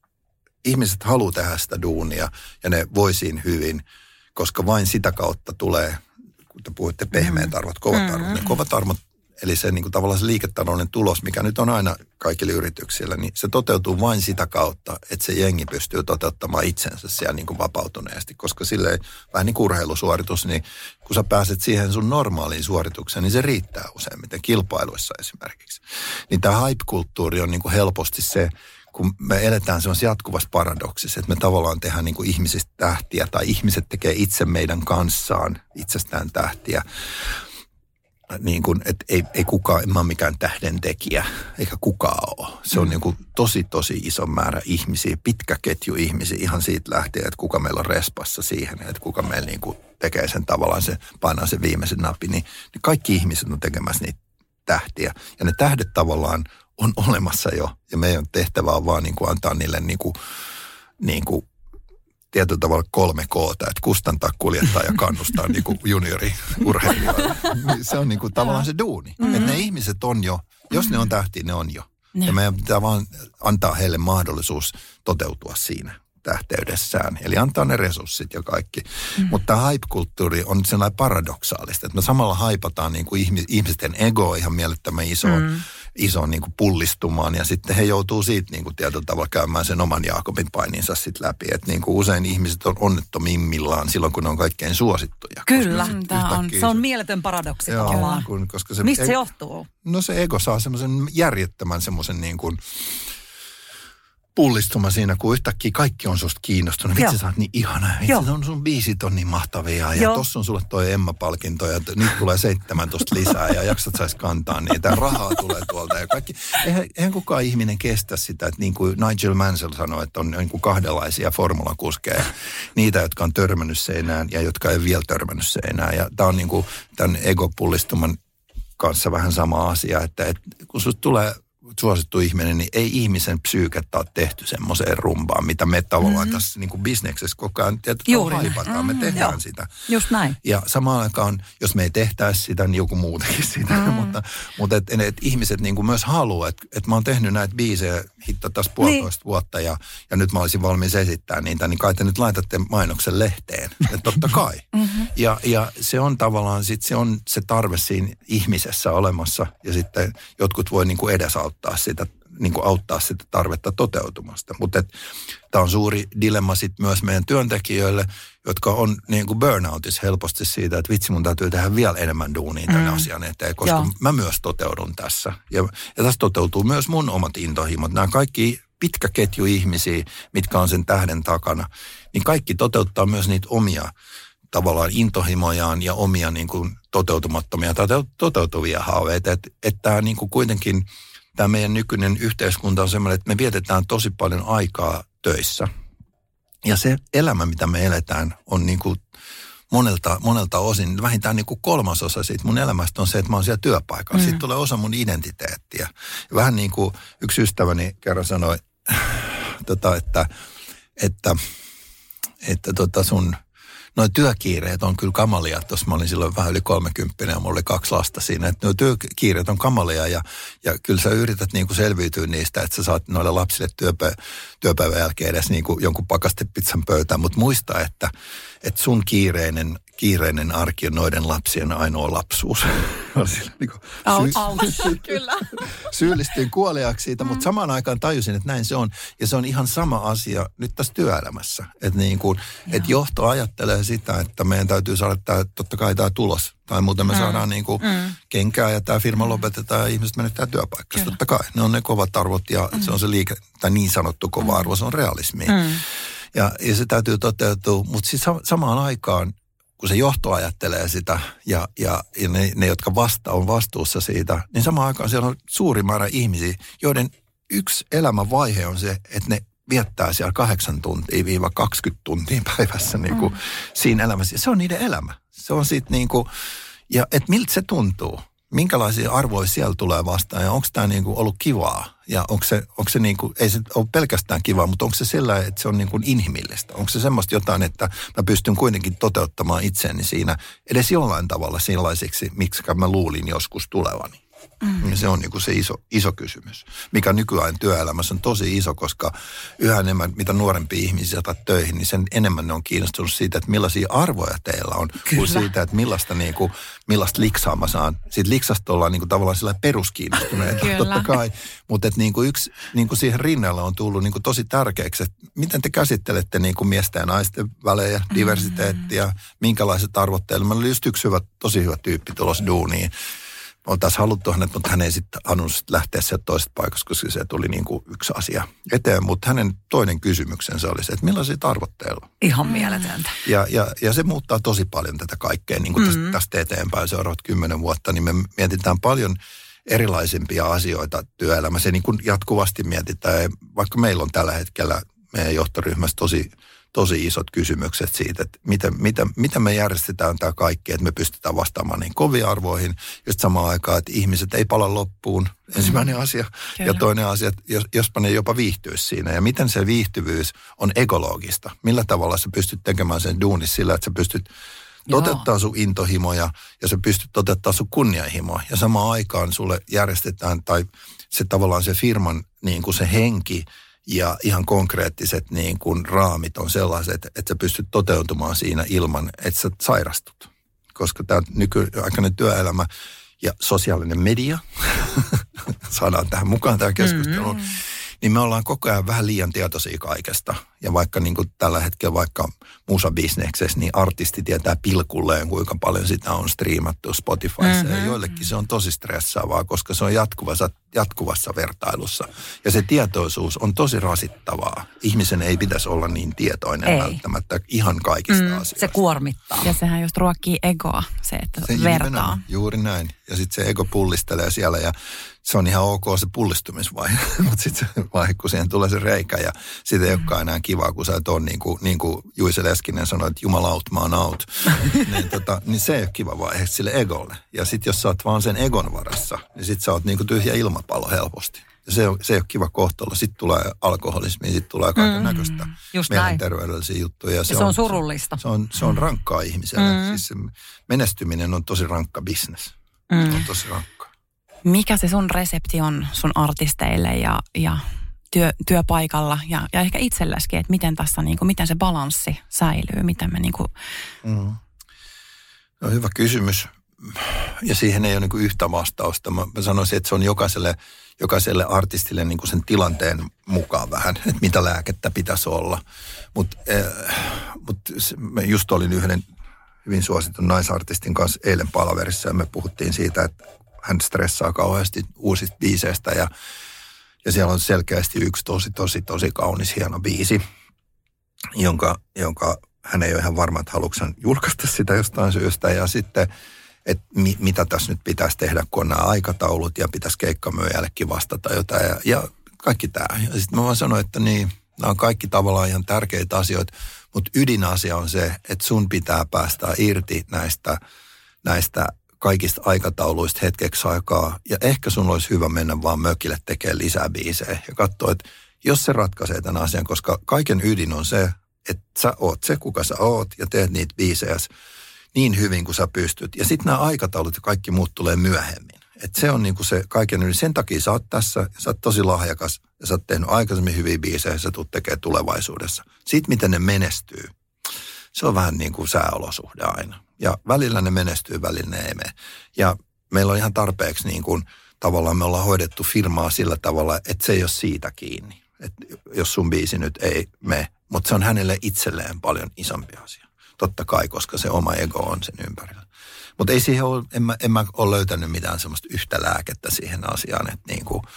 ihmiset haluaa tehdä sitä duunia ja ne voi siinä hyvin. Koska vain sitä kautta tulee, kun te puhuitte pehmeät arvot, kovat arvot, mm-hmm. niin kovat arvot, eli se niin kuin tavallaan se liiketalouden tulos, mikä nyt on aina kaikille yrityksillä, niin se toteutuu vain sitä kautta, että se jengi pystyy toteuttamaan itsensä siellä niin kuin vapautuneesti. Koska silleen vähän niin kuin urheilusuoritus, niin kun sä pääset siihen sun normaaliin suoritukseen, niin se riittää useimmiten kilpailuissa esimerkiksi. Niin tämä hype-kulttuuri on niin kuin helposti se, kun me eletään semmoisessa jatkuvassa paradoksissa, että me tavallaan tehdään niin kuin ihmisistä tähtiä tai ihmiset tekee itse meidän kanssaan itsestään tähtiä. Niin kuin, että ei, ei kukaan, en mä ole mikään tähdentekijä, eikä kukaan ole. Se on niin kuin tosi, tosi iso määrä ihmisiä, pitkä ketju ihmisiä ihan siitä lähtien, että kuka meillä on respassa siihen, että kuka meillä niin kuin tekee sen tavallaan, se painaa sen viimeisen napin. Niin, niin kaikki ihmiset on tekemässä niitä tähtiä. Ja ne tähdet tavallaan on olemassa jo, ja meidän tehtävä on vaan niin kuin antaa niille niin kuin, niin kuin tietyllä tavalla kolme koota, että kustantaa, kuljettaa ja kannustaa niin kuin juniori-urheilijoille. Se on niin kuin tavallaan se duuni. Mm-hmm. Että ne ihmiset on jo, jos ne on tähtiä, ne on jo. Ja, ja meidän pitää vaan antaa heille mahdollisuus toteutua siinä tähteydessään. Eli antaa ne resurssit ja kaikki. Mm. Mutta tämä hype-kulttuuri on sellainen paradoksaalista, että me samalla haipataan niin kuin ihmisten ego ihan mielettömän isoon, mm. isoon niin kuin pullistumaan. Ja sitten he joutuu siitä niin kuin tietyllä tavalla käymään sen oman Jaakobin paininsa sitten läpi. Että niin kuin usein ihmiset on onnettomimmillaan silloin, kun ne on kaikkein suosittuja. Kyllä, on, se on mieletön paradoksi tavallaan. Kun, koska se Mistä ego, se johtuu? No se ego saa semmoisen järjettömän semmoisen niin kuin pullistuma siinä, kun yhtäkkiä kaikki on susta kiinnostunut. Vitsi, sä oot niin ihana. Vitsi, on sun biisit on niin mahtavia. Ja Joo. tossa on sulle toi Emma-palkinto ja nyt tulee seitsemän tosta lisää ja jaksat sais kantaa niitä. Rahaa tulee tuolta ja kaikki. Eihän, eihän kukaan ihminen kestä sitä, että niin kuin Nigel Mansell sanoi, että on niin kuin kahdenlaisia formulakuskeja. Niitä, jotka on törmännyt seinään ja jotka ei vielä törmännyt seinään. Ja tää on niin kuin tämän egopullistuman kanssa vähän sama asia, että, että kun susta tulee suosittu ihminen, niin ei ihmisen psyykettä ole tehty semmoiseen rumbaan, mitä me tavallaan mm-hmm. tässä niin kuin bisneksessä koko ajan tietysti haipataan. Mm-hmm. Me tehdään Joo. sitä. Just näin. Ja samaan aikaan, jos me ei tehtäisi sitä, niin joku muutenkin sitä. Mm-hmm. mutta mutta et, et ihmiset niin kuin myös haluaa, että et mä oon tehnyt näitä biisejä hitto tässä puolitoista niin. vuotta ja, ja nyt mä olisin valmis esittää niitä, niin kai te nyt laitatte mainoksen lehteen. Että totta kai. Mm-hmm. Ja, ja se on tavallaan, sit se on se tarve siinä ihmisessä olemassa ja sitten jotkut voi niin kuin edesauttaa sitä, niin kuin auttaa sitä tarvetta toteutumasta. Mutta tämä on suuri dilemma sitten myös meidän työntekijöille, jotka on niin kuin burnoutissa helposti siitä, että vitsi mun täytyy tehdä vielä enemmän duunia tämän mm. asian eteen, koska Joo. mä myös toteudun tässä. Ja, ja tässä toteutuu myös mun omat intohimot. Nämä kaikki pitkä ketju ihmisiä, mitkä on sen tähden takana, niin kaikki toteuttaa myös niitä omia tavallaan intohimojaan ja omia niin kuin toteutumattomia tai toteutuvia haaveita. Että et tämä niin kuin kuitenkin, tämä meidän nykyinen yhteiskunta on semmoinen, että me vietetään tosi paljon aikaa töissä. Ja se elämä, mitä me eletään, on niin kuin monelta, monelta osin, vähintään niin kuin kolmasosa siitä mun elämästä on se, että mä oon siellä työpaikalla. Mm. Siitä tulee osa mun identiteettiä. Ja vähän niin kuin yksi ystäväni kerran sanoi, tota, että, että, että tota sun noi työkiireet on kyllä kamalia. Tuossa mä olin silloin vähän yli kolmekymppinen ja mulla oli kaksi lasta siinä. Että nuo työkiireet on kamalia ja, ja kyllä sä yrität niinku selviytyä niistä, että sä saat noille lapsille työpä, työpäivän jälkeen edes niinku jonkun pakastepizzan pöytään. Mutta muista, että, että sun kiireinen, kiireinen arki on noiden lapsien ainoa lapsuus. niinku, Ouch. Ouch. Kyllä. Syyllistyin kuoliaksi siitä, mutta samaan aikaan tajusin, että näin se on. Ja se on ihan sama asia nyt tässä työelämässä. Että niinku, et johto ajattelee sitä, että meidän täytyy saada tää, totta kai tämä tulos. Tai muuten me mm. saadaan niinku mm. kenkää ja tämä firma lopetetaan ja ihmiset menettää työpaikkaa. Totta kai. Ne on ne kovat arvot ja mm. se on se liike, tai niin sanottu kova arvo, se on realismi. Mm. Ja, ja se täytyy toteutua, mutta sitten samaan aikaan, kun se johto ajattelee sitä ja, ja, ja ne, ne, jotka vasta on vastuussa siitä, niin samaan aikaan siellä on suuri määrä ihmisiä, joiden yksi elämänvaihe on se, että ne viettää siellä kahdeksan tuntia viiva kaksikymmentä tuntia päivässä niin kuin mm. siinä elämässä. Se on niiden elämä. Se on sitten niin kuin, ja että miltä se tuntuu? Minkälaisia arvoja siellä tulee vastaan ja onko tämä niin kuin ollut kivaa? Ja onko se, onko se niin kuin, ei se ole pelkästään kivaa, mutta onko se sellainen, että se on niin kuin inhimillistä? Onko se semmoista jotain, että mä pystyn kuitenkin toteuttamaan itseäni siinä edes jollain tavalla sellaisiksi, miksi mä luulin joskus tulevani? Mm. Ja se on niin kuin se iso, iso kysymys, mikä nykyään työelämässä on tosi iso, koska yhä enemmän, mitä nuorempia ihmisiä otat töihin, niin sen enemmän ne on kiinnostunut siitä, että millaisia arvoja teillä on, Kyllä. kuin siitä, että millaista, niin kuin, millaista liksaa mä saan. Siitä liksasta ollaan niin kuin tavallaan sellainen peruskiinnostuneita, totta kai, mutta että niin kuin yksi niin kuin siihen rinnalla on tullut niin kuin tosi tärkeäksi, että miten te käsittelette niin kuin miesten ja naisten välejä, diversiteettiä, mm. minkälaiset arvot teillä. Meillä oli just yksi hyvä, tosi hyvä tyyppi tulossa duuniin. On taas haluttu hänet, mutta hän ei sitten halunnut lähteä sieltä toisesta paikasta, koska se tuli niin kuin yksi asia eteen. Mutta hänen toinen kysymyksensä oli se, että millaisia arvot teillä on? Ihan mieletöntä. Ja, ja, ja se muuttaa tosi paljon tätä kaikkea. Niin kuin mm-hmm. tästä, tästä eteenpäin seuraavat kymmenen vuotta, niin me mietitään paljon erilaisempia asioita työelämässä. Se niin kuin jatkuvasti mietitään, vaikka meillä on tällä hetkellä meidän johtoryhmässä tosi... tosi isot kysymykset siitä, että miten, miten, miten me järjestetään tämä kaikki, että me pystytään vastaamaan niin kovin arvoihin, just samaan aikaan, että ihmiset ei pala loppuun, ensimmäinen mm. asia. Kyllä. Ja toinen asia, että jos, jospa ne jopa viihtyisi siinä. Ja miten se viihtyvyys on ekologista? Millä tavalla sä pystyt tekemään sen duunis sillä, että sä pystyt toteuttaa sun intohimoja ja sä pystyt toteuttaa sun kunnianhimoa. Ja samaan aikaan sulle järjestetään, tai se tavallaan se firman niin kuin se henki, ja ihan konkreettiset niin kuin raamit on sellaiset, että sä pystyt toteutumaan siinä ilman, että sä sairastut. Koska tämä nykyaikainen työelämä ja sosiaalinen media, saadaan tähän mukaan tähän keskusteluun, mm-hmm. niin me ollaan koko ajan vähän liian tietoisia kaikesta. Ja vaikka niin kuin tällä hetkellä vaikka musabisneksessä, niin artisti tietää pilkulleen, kuinka paljon sitä on striimattu Spotifyssa. Mm-hmm. Ja joillekin se on tosi stressaavaa, koska se on jatkuvassa, jatkuvassa vertailussa. Ja se tietoisuus on tosi rasittavaa. Ihmisen ei pitäisi olla niin tietoinen ei. välttämättä ihan kaikista mm, asioista. Se kuormittaa. Ja sehän just ruokkii egoa, se että se vertaa. Nimenomaan, juuri näin. Ja sitten se ego pullistelee siellä ja se on ihan ok se pullistumisvaihe. Mutta sitten se vaihe, kun siihen tulee se reikä ja sitä ei mm. olekaan enää kivaa, kun sä et ole niin kuin, niin kuin Juise Leskinen sanoi, että jumalaut, mä oon out. niin, tota, niin se ei ole kiva vaihe sille egolle. Ja sitten jos sä oot vaan sen egon varassa, niin sit sä oot niin kuin tyhjä ilmapallo helposti. Se, on, se ei ole kiva kohtalo. Sitten tulee alkoholismi, sitten tulee kaiken näköistä mm, mielenterveydellisiä juttuja. Ja se, ja se on on surullista. Se on, se on rankkaa ihmiselle. Mm. Siis se menestyminen on tosi rankka business. Mm. Se on tosi rankkaa. Mikä se sun resepti on sun artisteille ja, ja työ, työpaikalla ja, ja ehkä itselläskin, että miten tässä niin kuin, miten se balanssi säilyy, miten me niin kuin... Mm. No, hyvä kysymys. Ja siihen ei ole niin kuin yhtä vastausta. Mä, mä sanoisin, että se on jokaiselle, jokaiselle artistille niin kuin sen tilanteen mukaan vähän, että mitä lääkettä pitäisi olla. Mutta äh, mut mä just olin yhden hyvin suositun naisartistin kanssa eilen palaverissa ja me puhuttiin siitä, että hän stressaa kauheasti uusista biiseistä ja, ja siellä on selkeästi yksi tosi, tosi, tosi kaunis, hieno biisi, jonka, jonka hän ei ole ihan varma, että haluatko hän julkaista sitä jostain syystä ja sitten että mi, mitä tässä nyt pitäisi tehdä, kun on nämä aikataulut ja pitäisi keikkamyyjällekin vastata jotain ja, ja kaikki tämä. Ja sitten mä vaan sanoin, että niin, nämä on kaikki tavallaan ihan tärkeitä asioita, mutta ydinasia on se, että sun pitää päästä irti näistä, näistä kaikista aikatauluista hetkeksi aikaa ja ehkä sun olisi hyvä mennä vaan mökille tekemään lisää biisejä ja katsoa, että jos se ratkaisee tämän asian, koska kaiken ydin on se, että sä oot se, kuka sä oot ja teet niitä biisejä niin hyvin kuin sä pystyt. Ja sitten nämä aikataulut ja kaikki muut tulee myöhemmin. Että se on niinku se kaiken yli. Sen takia sä oot tässä ja sä oot tosi lahjakas ja sä oot tehnyt aikaisemmin hyviä biisejä ja sä tulet tekemään tulevaisuudessa. Siitä, miten ne menestyy, se on vähän niin kuin sääolosuhde aina. Ja välillä ne menestyy, välillä ne ei mene. Ja meillä on ihan tarpeeksi niin kuin tavallaan me ollaan hoidettu firmaa sillä tavalla, että se ei ole siitä kiinni. Että jos sun biisi nyt ei mene, mutta se on hänelle itselleen paljon isompi asia. Totta kai, koska se oma ego on sen ympärillä. Mutta ei siihen ole, en mä, en mä ole löytänyt mitään semmoista yhtä lääkettä siihen asiaan, että niin kuin...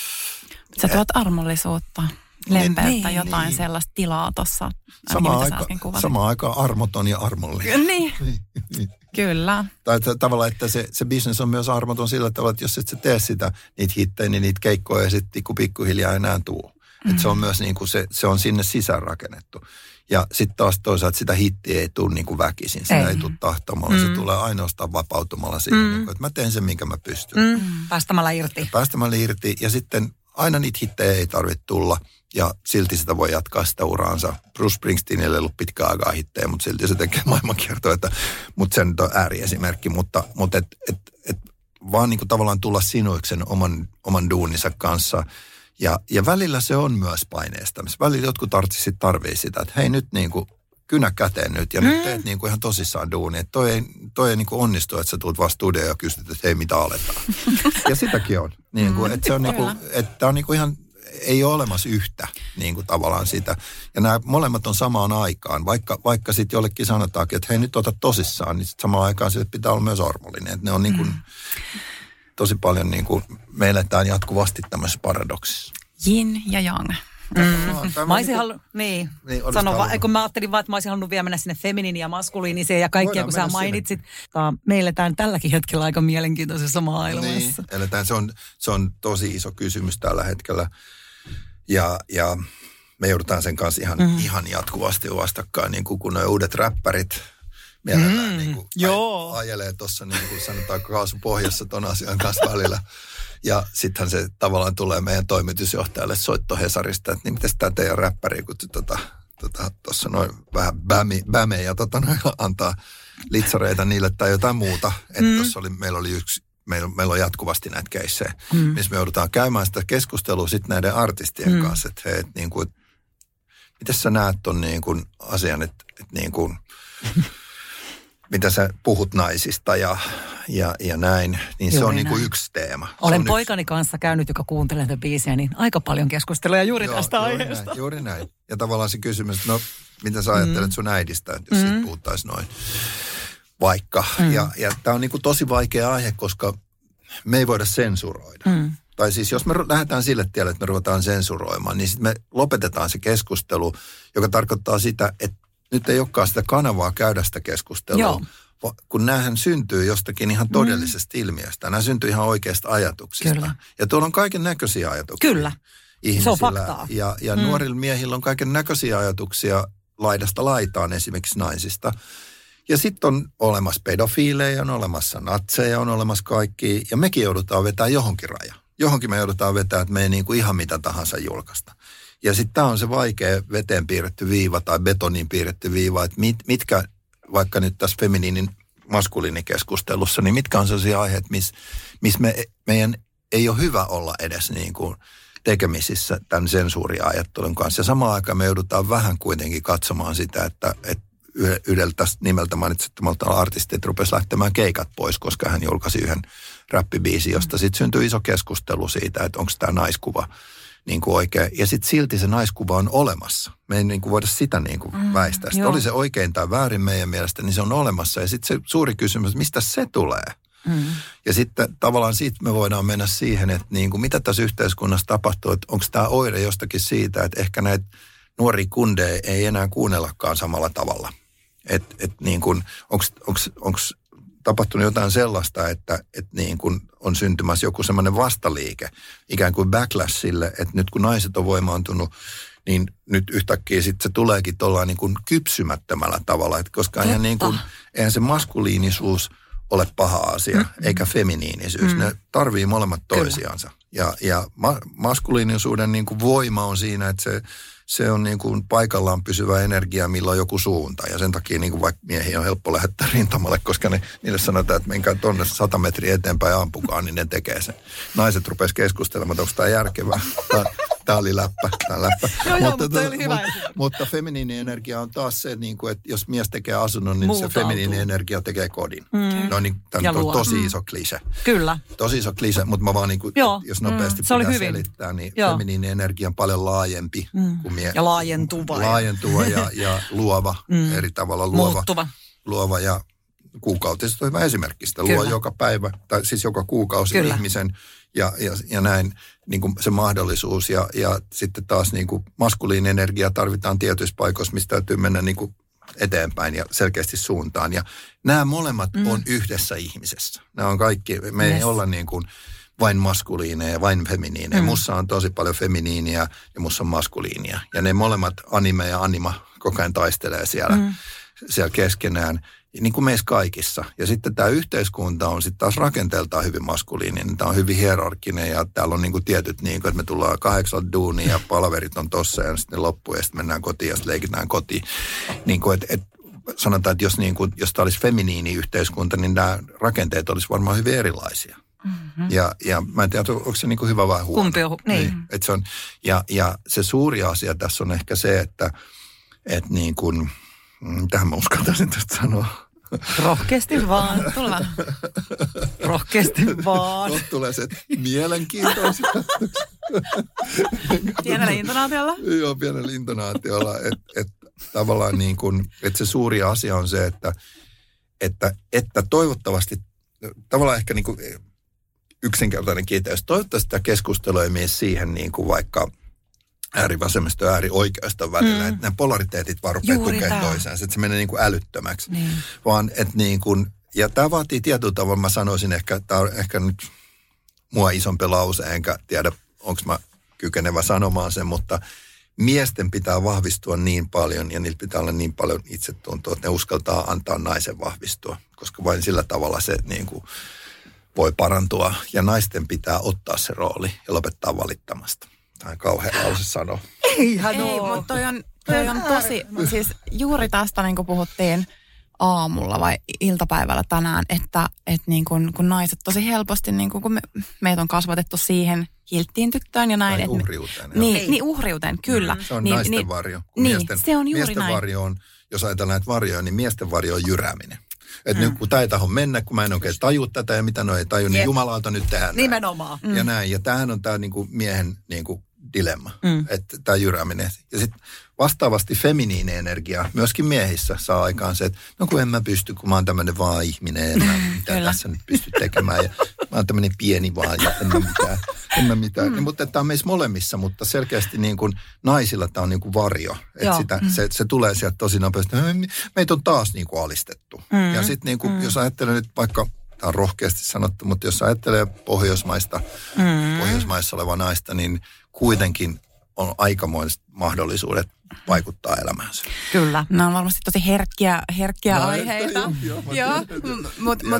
Sä tuot armollisuutta, lempeyttä, niin, jotain niin. sellaista tilaa tuossa, samaan aika, aika, samaan aikaan armoton ja armollinen. Niin, kyllä. Tai että, tavallaan, että se, se business on myös armoton sillä tavalla, että jos et sä tee sitä, niitä hittejä, niin niitä keikkoja sitten pikku, pikkuhiljaa enää tuu. Mm-hmm. Että se on myös niin kuin se, se on sinne sisään rakennettu. Ja sitten taas toisaalta sitä hittiä ei tule niin kuin väkisin. Sitä ei, ei tule tahtomalla. Mm. Se tulee ainoastaan vapautumalla siihen, mm. niin kuin, että mä teen sen, minkä mä pystyn. Mm. Päästämällä irti. Päästämällä irti. Ja sitten aina niitä hittejä ei tarvitse tulla. Ja silti sitä voi jatkaa sitä uraansa. Bruce Springsteenille ei ollut pitkään aikaa hittejä, mutta silti se tekee maailmankiertoa. Mutta se nyt on ääriesimerkki. Mutta, mutta et, et, et vaan niin kuin tavallaan tulla sinuiksi sen oman, oman duuninsa kanssa. Ja, ja välillä se on myös paineistamista. Välillä jotkut artistit tarvii sitä, että hei nyt niin kuin kynä käteen nyt ja mm. nyt teet niin kuin ihan tosissaan duuni. Että toi ei, toi ei niin kuin onnistu, että sä tulet vaan studioon ja kysyt, että hei mitä aletaan. Ja sitäkin on. Niin kuin, että se on, niin kuin, että on niin kuin ihan, ei ole olemassa yhtä niin kuin tavallaan sitä. Ja nämä molemmat on samaan aikaan. Vaikka, vaikka sitten jollekin sanotaankin, että hei nyt ota tosissaan, niin sitten samaan aikaan sille pitää olla myös armollinen. Että ne on niin kuin... Mm. Tosi paljon niin kuin me eletään jatkuvasti tämmöisessä paradoksissa. Yin ja yang. Mm. Mä olisin halunnut, niin, niin sano vaan, kun mä ajattelin vaan, että mä olisin halunnut vielä mennä sinne feminiin ja maskuliiniseen ja kaikkia, voidaan kun sä mainitsit. Sinne. Me eletään tälläkin hetkellä aika mielenkiintoisessa maailmassa. Niin, eletään, se on, se on tosi iso kysymys tällä hetkellä. Ja, ja me joudutaan sen kanssa ihan, mm. ihan jatkuvasti vastakkain, niin kuin kun nuo uudet räppärit mielellään mm, niin kuin aj- ajelee tuossa niin kuin sanotaan kaasupohjassa ton asian kanssa välillä. Ja sittenhän se tavallaan tulee meidän toimitusjohtajalle soitto Hesarista, että niin mitäs tää teidän räppäri, kun tuossa tota, tota, noin vähän bämi, bäme ja tota, noin, antaa litsareita niille tai jotain muuta. Että mm. tuossa oli, meillä oli yksi, meillä, meillä on jatkuvasti näitä keissejä, mm. missä me joudutaan käymään sitä keskustelua sitten näiden artistien mm. kanssa, että hei, et, niin kuin, miten sä näet ton niin kuin asian, että et, niin kuin... mitä sä puhut naisista ja, ja, ja näin, niin juuri se on niin kuin yksi teema. Olen poikani yksi... kanssa käynyt, joka kuuntelee tätä biisiä, niin aika paljon keskusteluja juuri Joo, tästä juuri aiheesta. Näin, juuri näin. Ja tavallaan se kysymys, että no, mitä sä ajattelet mm. sun äidistä, jos mm. siitä puhuttaisiin noin vaikka. Mm. Ja, ja tämä on niin kuin tosi vaikea aihe, koska me ei voida sensuroida. Mm. Tai siis jos me lähdetään sille tielle, että me ruvetaan sensuroimaan, niin sitten me lopetetaan se keskustelu, joka tarkoittaa sitä, että nyt ei olekaan sitä kanavaa käydä sitä keskustelua, Joo. kun näähän syntyy jostakin ihan todellisesta mm. ilmiöstä. Nämä syntyy ihan oikeasta ajatuksista. Kyllä. Ja tuolla on kaiken näköisiä ajatuksia. Kyllä, ihmisillä. Se on faktaa. Ja, ja mm. nuorilla miehillä on kaiken näköisiä ajatuksia laidasta laitaan esimerkiksi naisista. Ja sitten on olemassa pedofiileja, on olemassa natseja, on olemassa kaikki. Ja mekin joudutaan vetämään johonkin raja. Johonkin me joudutaan vetämään, että me ei niin kuin ihan mitä tahansa julkaista. Ja sitten tämä on se vaikea veteen piirretty viiva tai betoniin piirretty viiva, että mit, mitkä, vaikka nyt tässä feminiinin maskuliinikeskustelussa, niin mitkä on sellaisia aiheet, missä miss me, meidän ei ole hyvä olla edes niin kuin tekemisissä tämän sensuuriajattelun kanssa. Ja samaan aikaan me joudutaan vähän kuitenkin katsomaan sitä, että, että yhdellä tästä nimeltä mainitsettomalta artistit rupesi lähtemään keikat pois, koska hän julkaisi yhden räppibiisin, josta sitten syntyi iso keskustelu siitä, että onko tämä naiskuva niin kuin oikein. Ja sitten silti se naiskuva on olemassa. Me ei niin kuin voida sitä niin kuin mm, väistää. Sitten oli se oikein tai väärin meidän mielestä, niin se on olemassa. Ja sitten se suuri kysymys, mistä se tulee? Mm. Ja sitten tavallaan siitä me voidaan mennä siihen, että niin kuin mitä tässä yhteiskunnassa tapahtuu, että onko tämä oire jostakin siitä, että ehkä näitä nuoria kundeja ei enää kuunnellakaan samalla tavalla. Että et niin kuin, onko tapahtunut jotain sellaista, että et niin kuin on syntymässä joku semmoinen vastaliike, ikään kuin backlash sille, että nyt kun naiset on voimaantunut, niin nyt yhtäkkiä sitten se tuleekin tuollain niin kuin kypsymättömällä tavalla, että koska eihän, niin kuin, eihän se maskuliinisuus ole paha asia, mm. eikä feminiinisyys. Mm. Ne tarvii molemmat toisiansa. Ja, ja ma- maskuliinisuuden niin kuin voima on siinä, että se Se on niin kuin paikallaan pysyvä energia, millä on joku suunta. Ja sen takia niin kuin vaikka miehiä on helppo lähettää rintamalle, koska ne, niille sanotaan, että menkää tuonne sata metriä eteenpäin ja ampukaan, niin ne tekee sen. Naiset rupesi keskustelemaan, että onko tämä järkevää. Tämä oli läppä. Tämä läppä. Joo, joo, mutta, oli hyvä. Mutta, mutta feminiini energia on taas se, niin kuin, että jos mies tekee asunnon, niin Muutautuu. Se feminiini energia tekee kodin. Mm. No niin, tämä on tosi iso klise. Kyllä. Tosi iso klise, mutta mä vaan niin kuin, jos nopeasti mm. pitää selittää, niin joo. Feminiini energia on paljon laajempi mm. kuin mie- ja laajentuva. Laajentuva ja, ja luova, mm. eri tavalla luova. Muuttuva. Luova ja kuukautiset on hyvä esimerkki. Sitä luo joka päivä, tai siis joka kuukausi Kyllä. ihmisen ja, ja, ja näin niin kuin se mahdollisuus. Ja, ja sitten taas niin kuin maskuliinin energia tarvitaan tietyissä paikoissa, mistä täytyy mennä niin kuin eteenpäin ja selkeästi suuntaan. Ja nämä molemmat mm. on yhdessä ihmisessä. Nämä on kaikki, me yes. ei olla niin kuin vain maskuliineja ja vain feminiineja. Mm. Mussa on tosi paljon feminiiniä ja mussa on maskuliinia. Ja ne molemmat anime ja anima koko ajan taistelee siellä, mm. siellä keskenään, niin kuin meissä kaikissa. Ja sitten tämä yhteiskunta on sitten taas rakenteeltaan hyvin maskuliininen. Tämä on hyvin hierarkkinen ja täällä on niin kuin tietyt, niin kuin, että me tullaan kahdeksan duunia ja palaverit on tossa ja sitten loppuu ja sitten mennään kotiin ja sitten leikitään kotiin. Niin kuin, että, että sanotaan, että jos, niin kuin, jos tämä olisi feminiini-yhteiskunta, niin nämä rakenteet olisi varmaan hyvin erilaisia. Mm-hmm. Ja, ja mä en tiedä, onko se niin kuin hyvä vai huono. Kumpi on, niin. niin että se on, ja, ja se suuri asia tässä on ehkä se, että, että niin kuin, mitähän mä uskaltaisin tästä sanoa. Rohkeasti vaan, tullaan. Rohkeasti vaan. Tuosta tulee se mielenkiintoisia. Pienellä intonaatiolla? Joo, pienellä intonaatiolla. Että et, tavallaan niin kuin, että se suuri asia on se, että, että, että toivottavasti, tavallaan ehkä niin kuin yksinkertainen kiiteys, toivottavasti tämä keskustelu ei mene siihen niin kuin vaikka äärivasemmisto ja äärioikeiston välillä, mm. että nämä polariteetit vaan rupeaa tukemaan toisiaan, että se menee niin kuin älyttömäksi. Niin. Vaan, että niin kuin, ja tämä vaatii tietyllä tavalla, mä sanoisin ehkä, tämä on ehkä nyt mua isompi lause, enkä tiedä, onko mä kykenevä sanomaan sen, mutta miesten pitää vahvistua niin paljon ja niillä pitää olla niin paljon itsetuntoa, että ne uskaltaa antaa naisen vahvistua, koska vain sillä tavalla se niin kuin voi parantua ja naisten pitää ottaa se rooli ja lopettaa valittamasta. Tämä on kauhean lause sanoa. Eihän Ei, mutta toi on, toi on tosi, siis juuri tästä niin kuin puhuttiin aamulla vai iltapäivällä tänään, että, että niin kuin, kun naiset tosi helposti, niin kuin, kun me, meitä on kasvatettu siihen kilttiin tyttöön ja näin. Tai että uhriuteen. Me, niin, niin, uhriuteen, kyllä. Se on niin, naisten niin, varjo. Niin, miesten, se on juuri miesten näin. Varjo on, jos ajatellaan näitä varjoja, niin miesten varjo on jyrääminen. Että mm. nyt kun tämä ei taho mennä, kun mä en oikein taju tätä ja mitä no ei taju, niin jumalauta nyt tehdään. Nimenomaan. Mm. Ja näin. Ja tämähän on tämä niinku miehen niinku dilemma, mm. että tämä jyrääminen. Ja sitten vastaavasti feminiini energia myöskin miehissä saa aikaan se, että no kun en mä pysty, kun mä oon tämmöinen vaan ihminen, en mä mitään tässä nyt pysty tekemään. Ja mä oon tämmöinen pieni vaan ja en mä mitään. En mä mitään. Mm. Niin, mutta tämä on meissä molemmissa, mutta selkeästi niin kuin naisilla tämä on niin kuin varjo. Että sitä, mm. se, se tulee sieltä tosi nopeasti. Meitä on taas niin kuin alistettu. Mm. Ja sitten niin kuin, mm. jos ajattelee nyt vaikka, tämä on rohkeasti sanottu, mutta jos ajattelee pohjoismaista, mm. pohjoismaissa olevaa naista, niin kuitenkin on aikamoiset mahdollisuudet vaikuttaa elämäänsä. Kyllä. Nämä on varmasti tosi herkkiä, herkkiä no, aiheita. Joo, joo, joo. mutta mut,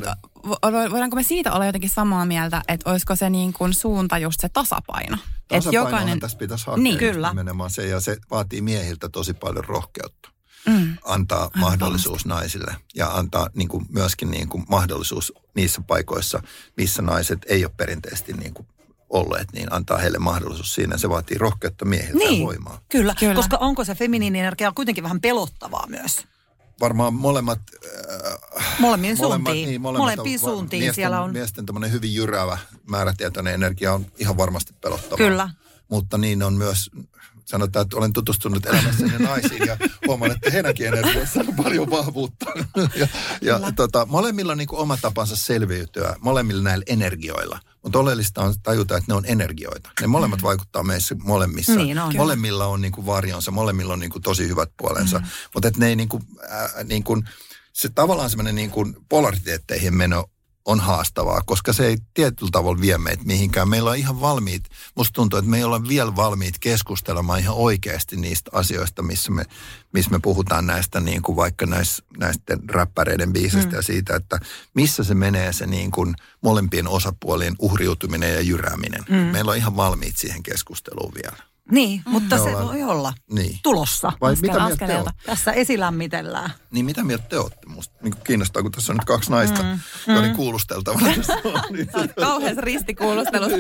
voidaanko me siitä olla jotenkin samaa mieltä, että olisiko se niin kuin suunta just se tasapaino? Tasapainohan jokainen... tässä pitäisi hakea. Niin, kyllä. Nimenomaan se, ja se vaatii miehiltä tosi paljon rohkeutta. Mm. Antaa Aivan mahdollisuus varmasti. naisille ja antaa niin kuin, myöskin niin kuin, mahdollisuus niissä paikoissa, missä naiset ei ole perinteisesti niin kuin, olleet, niin antaa heille mahdollisuus siinä. Se vaatii rohkeutta miehiltä niin, ja voimaa. Kyllä, Kyllä, koska onko se feminiinienergia kuitenkin vähän pelottavaa myös? Varmaan molemmat... Äh, Molemmin molemmat, suuntiin. niin, molemmat Molempiin on, suuntiin miesten, siellä on. Miesten tämmöinen hyvin jyräävä, määrätietoinen energia on ihan varmasti pelottavaa. Kyllä. Mutta niin on myös... Sanotaan, että olen tutustunut elämässäni naisiin ja huomaan, että heidänkin energiassa on paljon vahvuutta. ja ja tota, molemmilla on niin kuin oma tapansa selviytyä, molemmilla näillä energioilla. Mutta oleellista on tajuta, että ne on energioita. Ne molemmat mm. vaikuttaa meissä molemmissa. Niin on. Molemmilla on niin kuin varjonsa, molemmilla on niin kuin tosi hyvät puolensa. Mm. Mutta että ne ei niin kuin, äh, niin kuin, se tavallaan semmoinen niin kuin polariteetteihin meno on haastavaa, koska se ei tietyllä tavalla vie meitä mihinkään. Meillä on ihan valmiit, musta tuntuu, että me ei olla vielä valmiit keskustelemaan ihan oikeasti niistä asioista, missä me, missä me puhutaan näistä niin kuin vaikka näistä, näistä räppäreiden biisistä mm. ja siitä, että missä se menee se niin kuin molempien osapuolien uhriutuminen ja jyrääminen. Mm. Meillä on ihan valmiit siihen keskusteluun vielä. Niin, mm. mutta Me se ollaan- voi olla Niin. tulossa. Vai Askel- mitä mieltä te askeleelta. olette? Tässä esilämmitellään. Niin mitä mieltä te olette? Musta niin kuin kiinnostaa, kun tässä on nyt kaksi naista, mm. joiden mm. kuulusteltavana tässä on. Niin, Kauheassa ristikuulustelussa.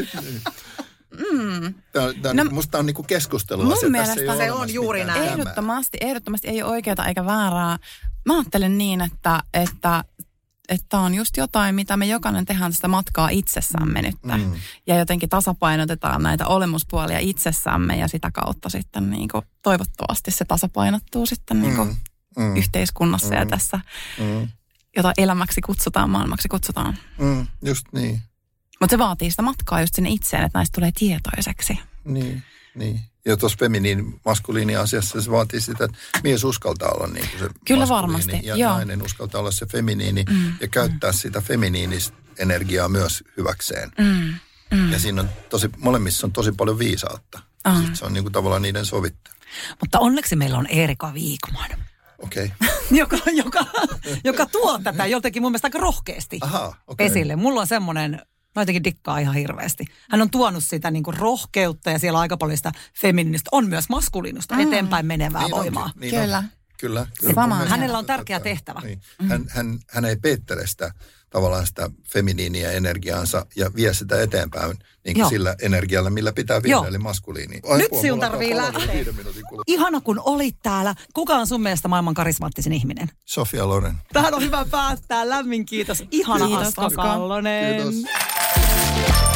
Mm. Tämä, tämä, No, no, musta on niinku keskustelua. mun se, tässä mielestä ei ole se on olemassa juuri mitään näin. hämää. Ehdottomasti, ehdottomasti ei ole oikeaa eikä väärää. Mä ajattelen niin, että että että on just jotain, mitä me jokainen tehdään sitä matkaa itsessämme nyt. Mm. Ja jotenkin tasapainotetaan näitä olemuspuolia itsessämme ja sitä kautta sitten niin kuin toivottavasti se tasapainottuu sitten niin kuin Mm. Mm. yhteiskunnassa Mm. ja tässä, Mm. jota elämäksi kutsutaan, maailmaksi kutsutaan. Mm. Just niin. Mutta se vaatii sitä matkaa just sinne itseen, että näistä tulee tietoiseksi. Niin, niin. Ja tuossa feminiin maskuliini asiassa se vaatii sitä, että mies uskaltaa olla niin kuin se Kyllä maskuliini varmasti, ja joo. nainen uskaltaa olla se feminiini Mm. ja käyttää mm. sitä feminiinistä energiaa myös hyväkseen. Mm. Mm. Ja siinä on tosi, molemmissa on tosi paljon viisautta. Ah. Sitten se on niin kuin tavallaan niiden sovittelu. Mutta onneksi meillä on Erika Viikman, Okei. joka, joka, joka tuo tätä jotenkin mun mielestä aika rohkeasti Ahaa, okei. esille. Mulla on semmoinen, mä jotenkin dikkaa ihan hirveästi. Hän on tuonut sitä niin kuin rohkeutta ja siellä on aika paljon sitä feminististä. On myös maskuliinusta, mm. eteenpäin menevää Niin voimaa. onkin, niin Kyllä. on. Kyllä. kyllä. Sama. Mun mielestä- Hänellä on tärkeä tehtävä. Niin. Hän, hän, hän ei peittele sitä tavallaan sitä feminiiniä energiaansa ja vie sitä eteenpäin niin Joo. sillä energialla, millä pitää viedä, Joo. eli maskuliini. Nyt sinun tarvii lähteä. Ihana kun olit täällä. Kuka on sun mielestä maailman karismaattisin ihminen? Sofia Loren. Tähän on hyvä päättää. Lämmin kiitos. Ihana Kiitos, Asko Asko. Kallonen. Kiitos.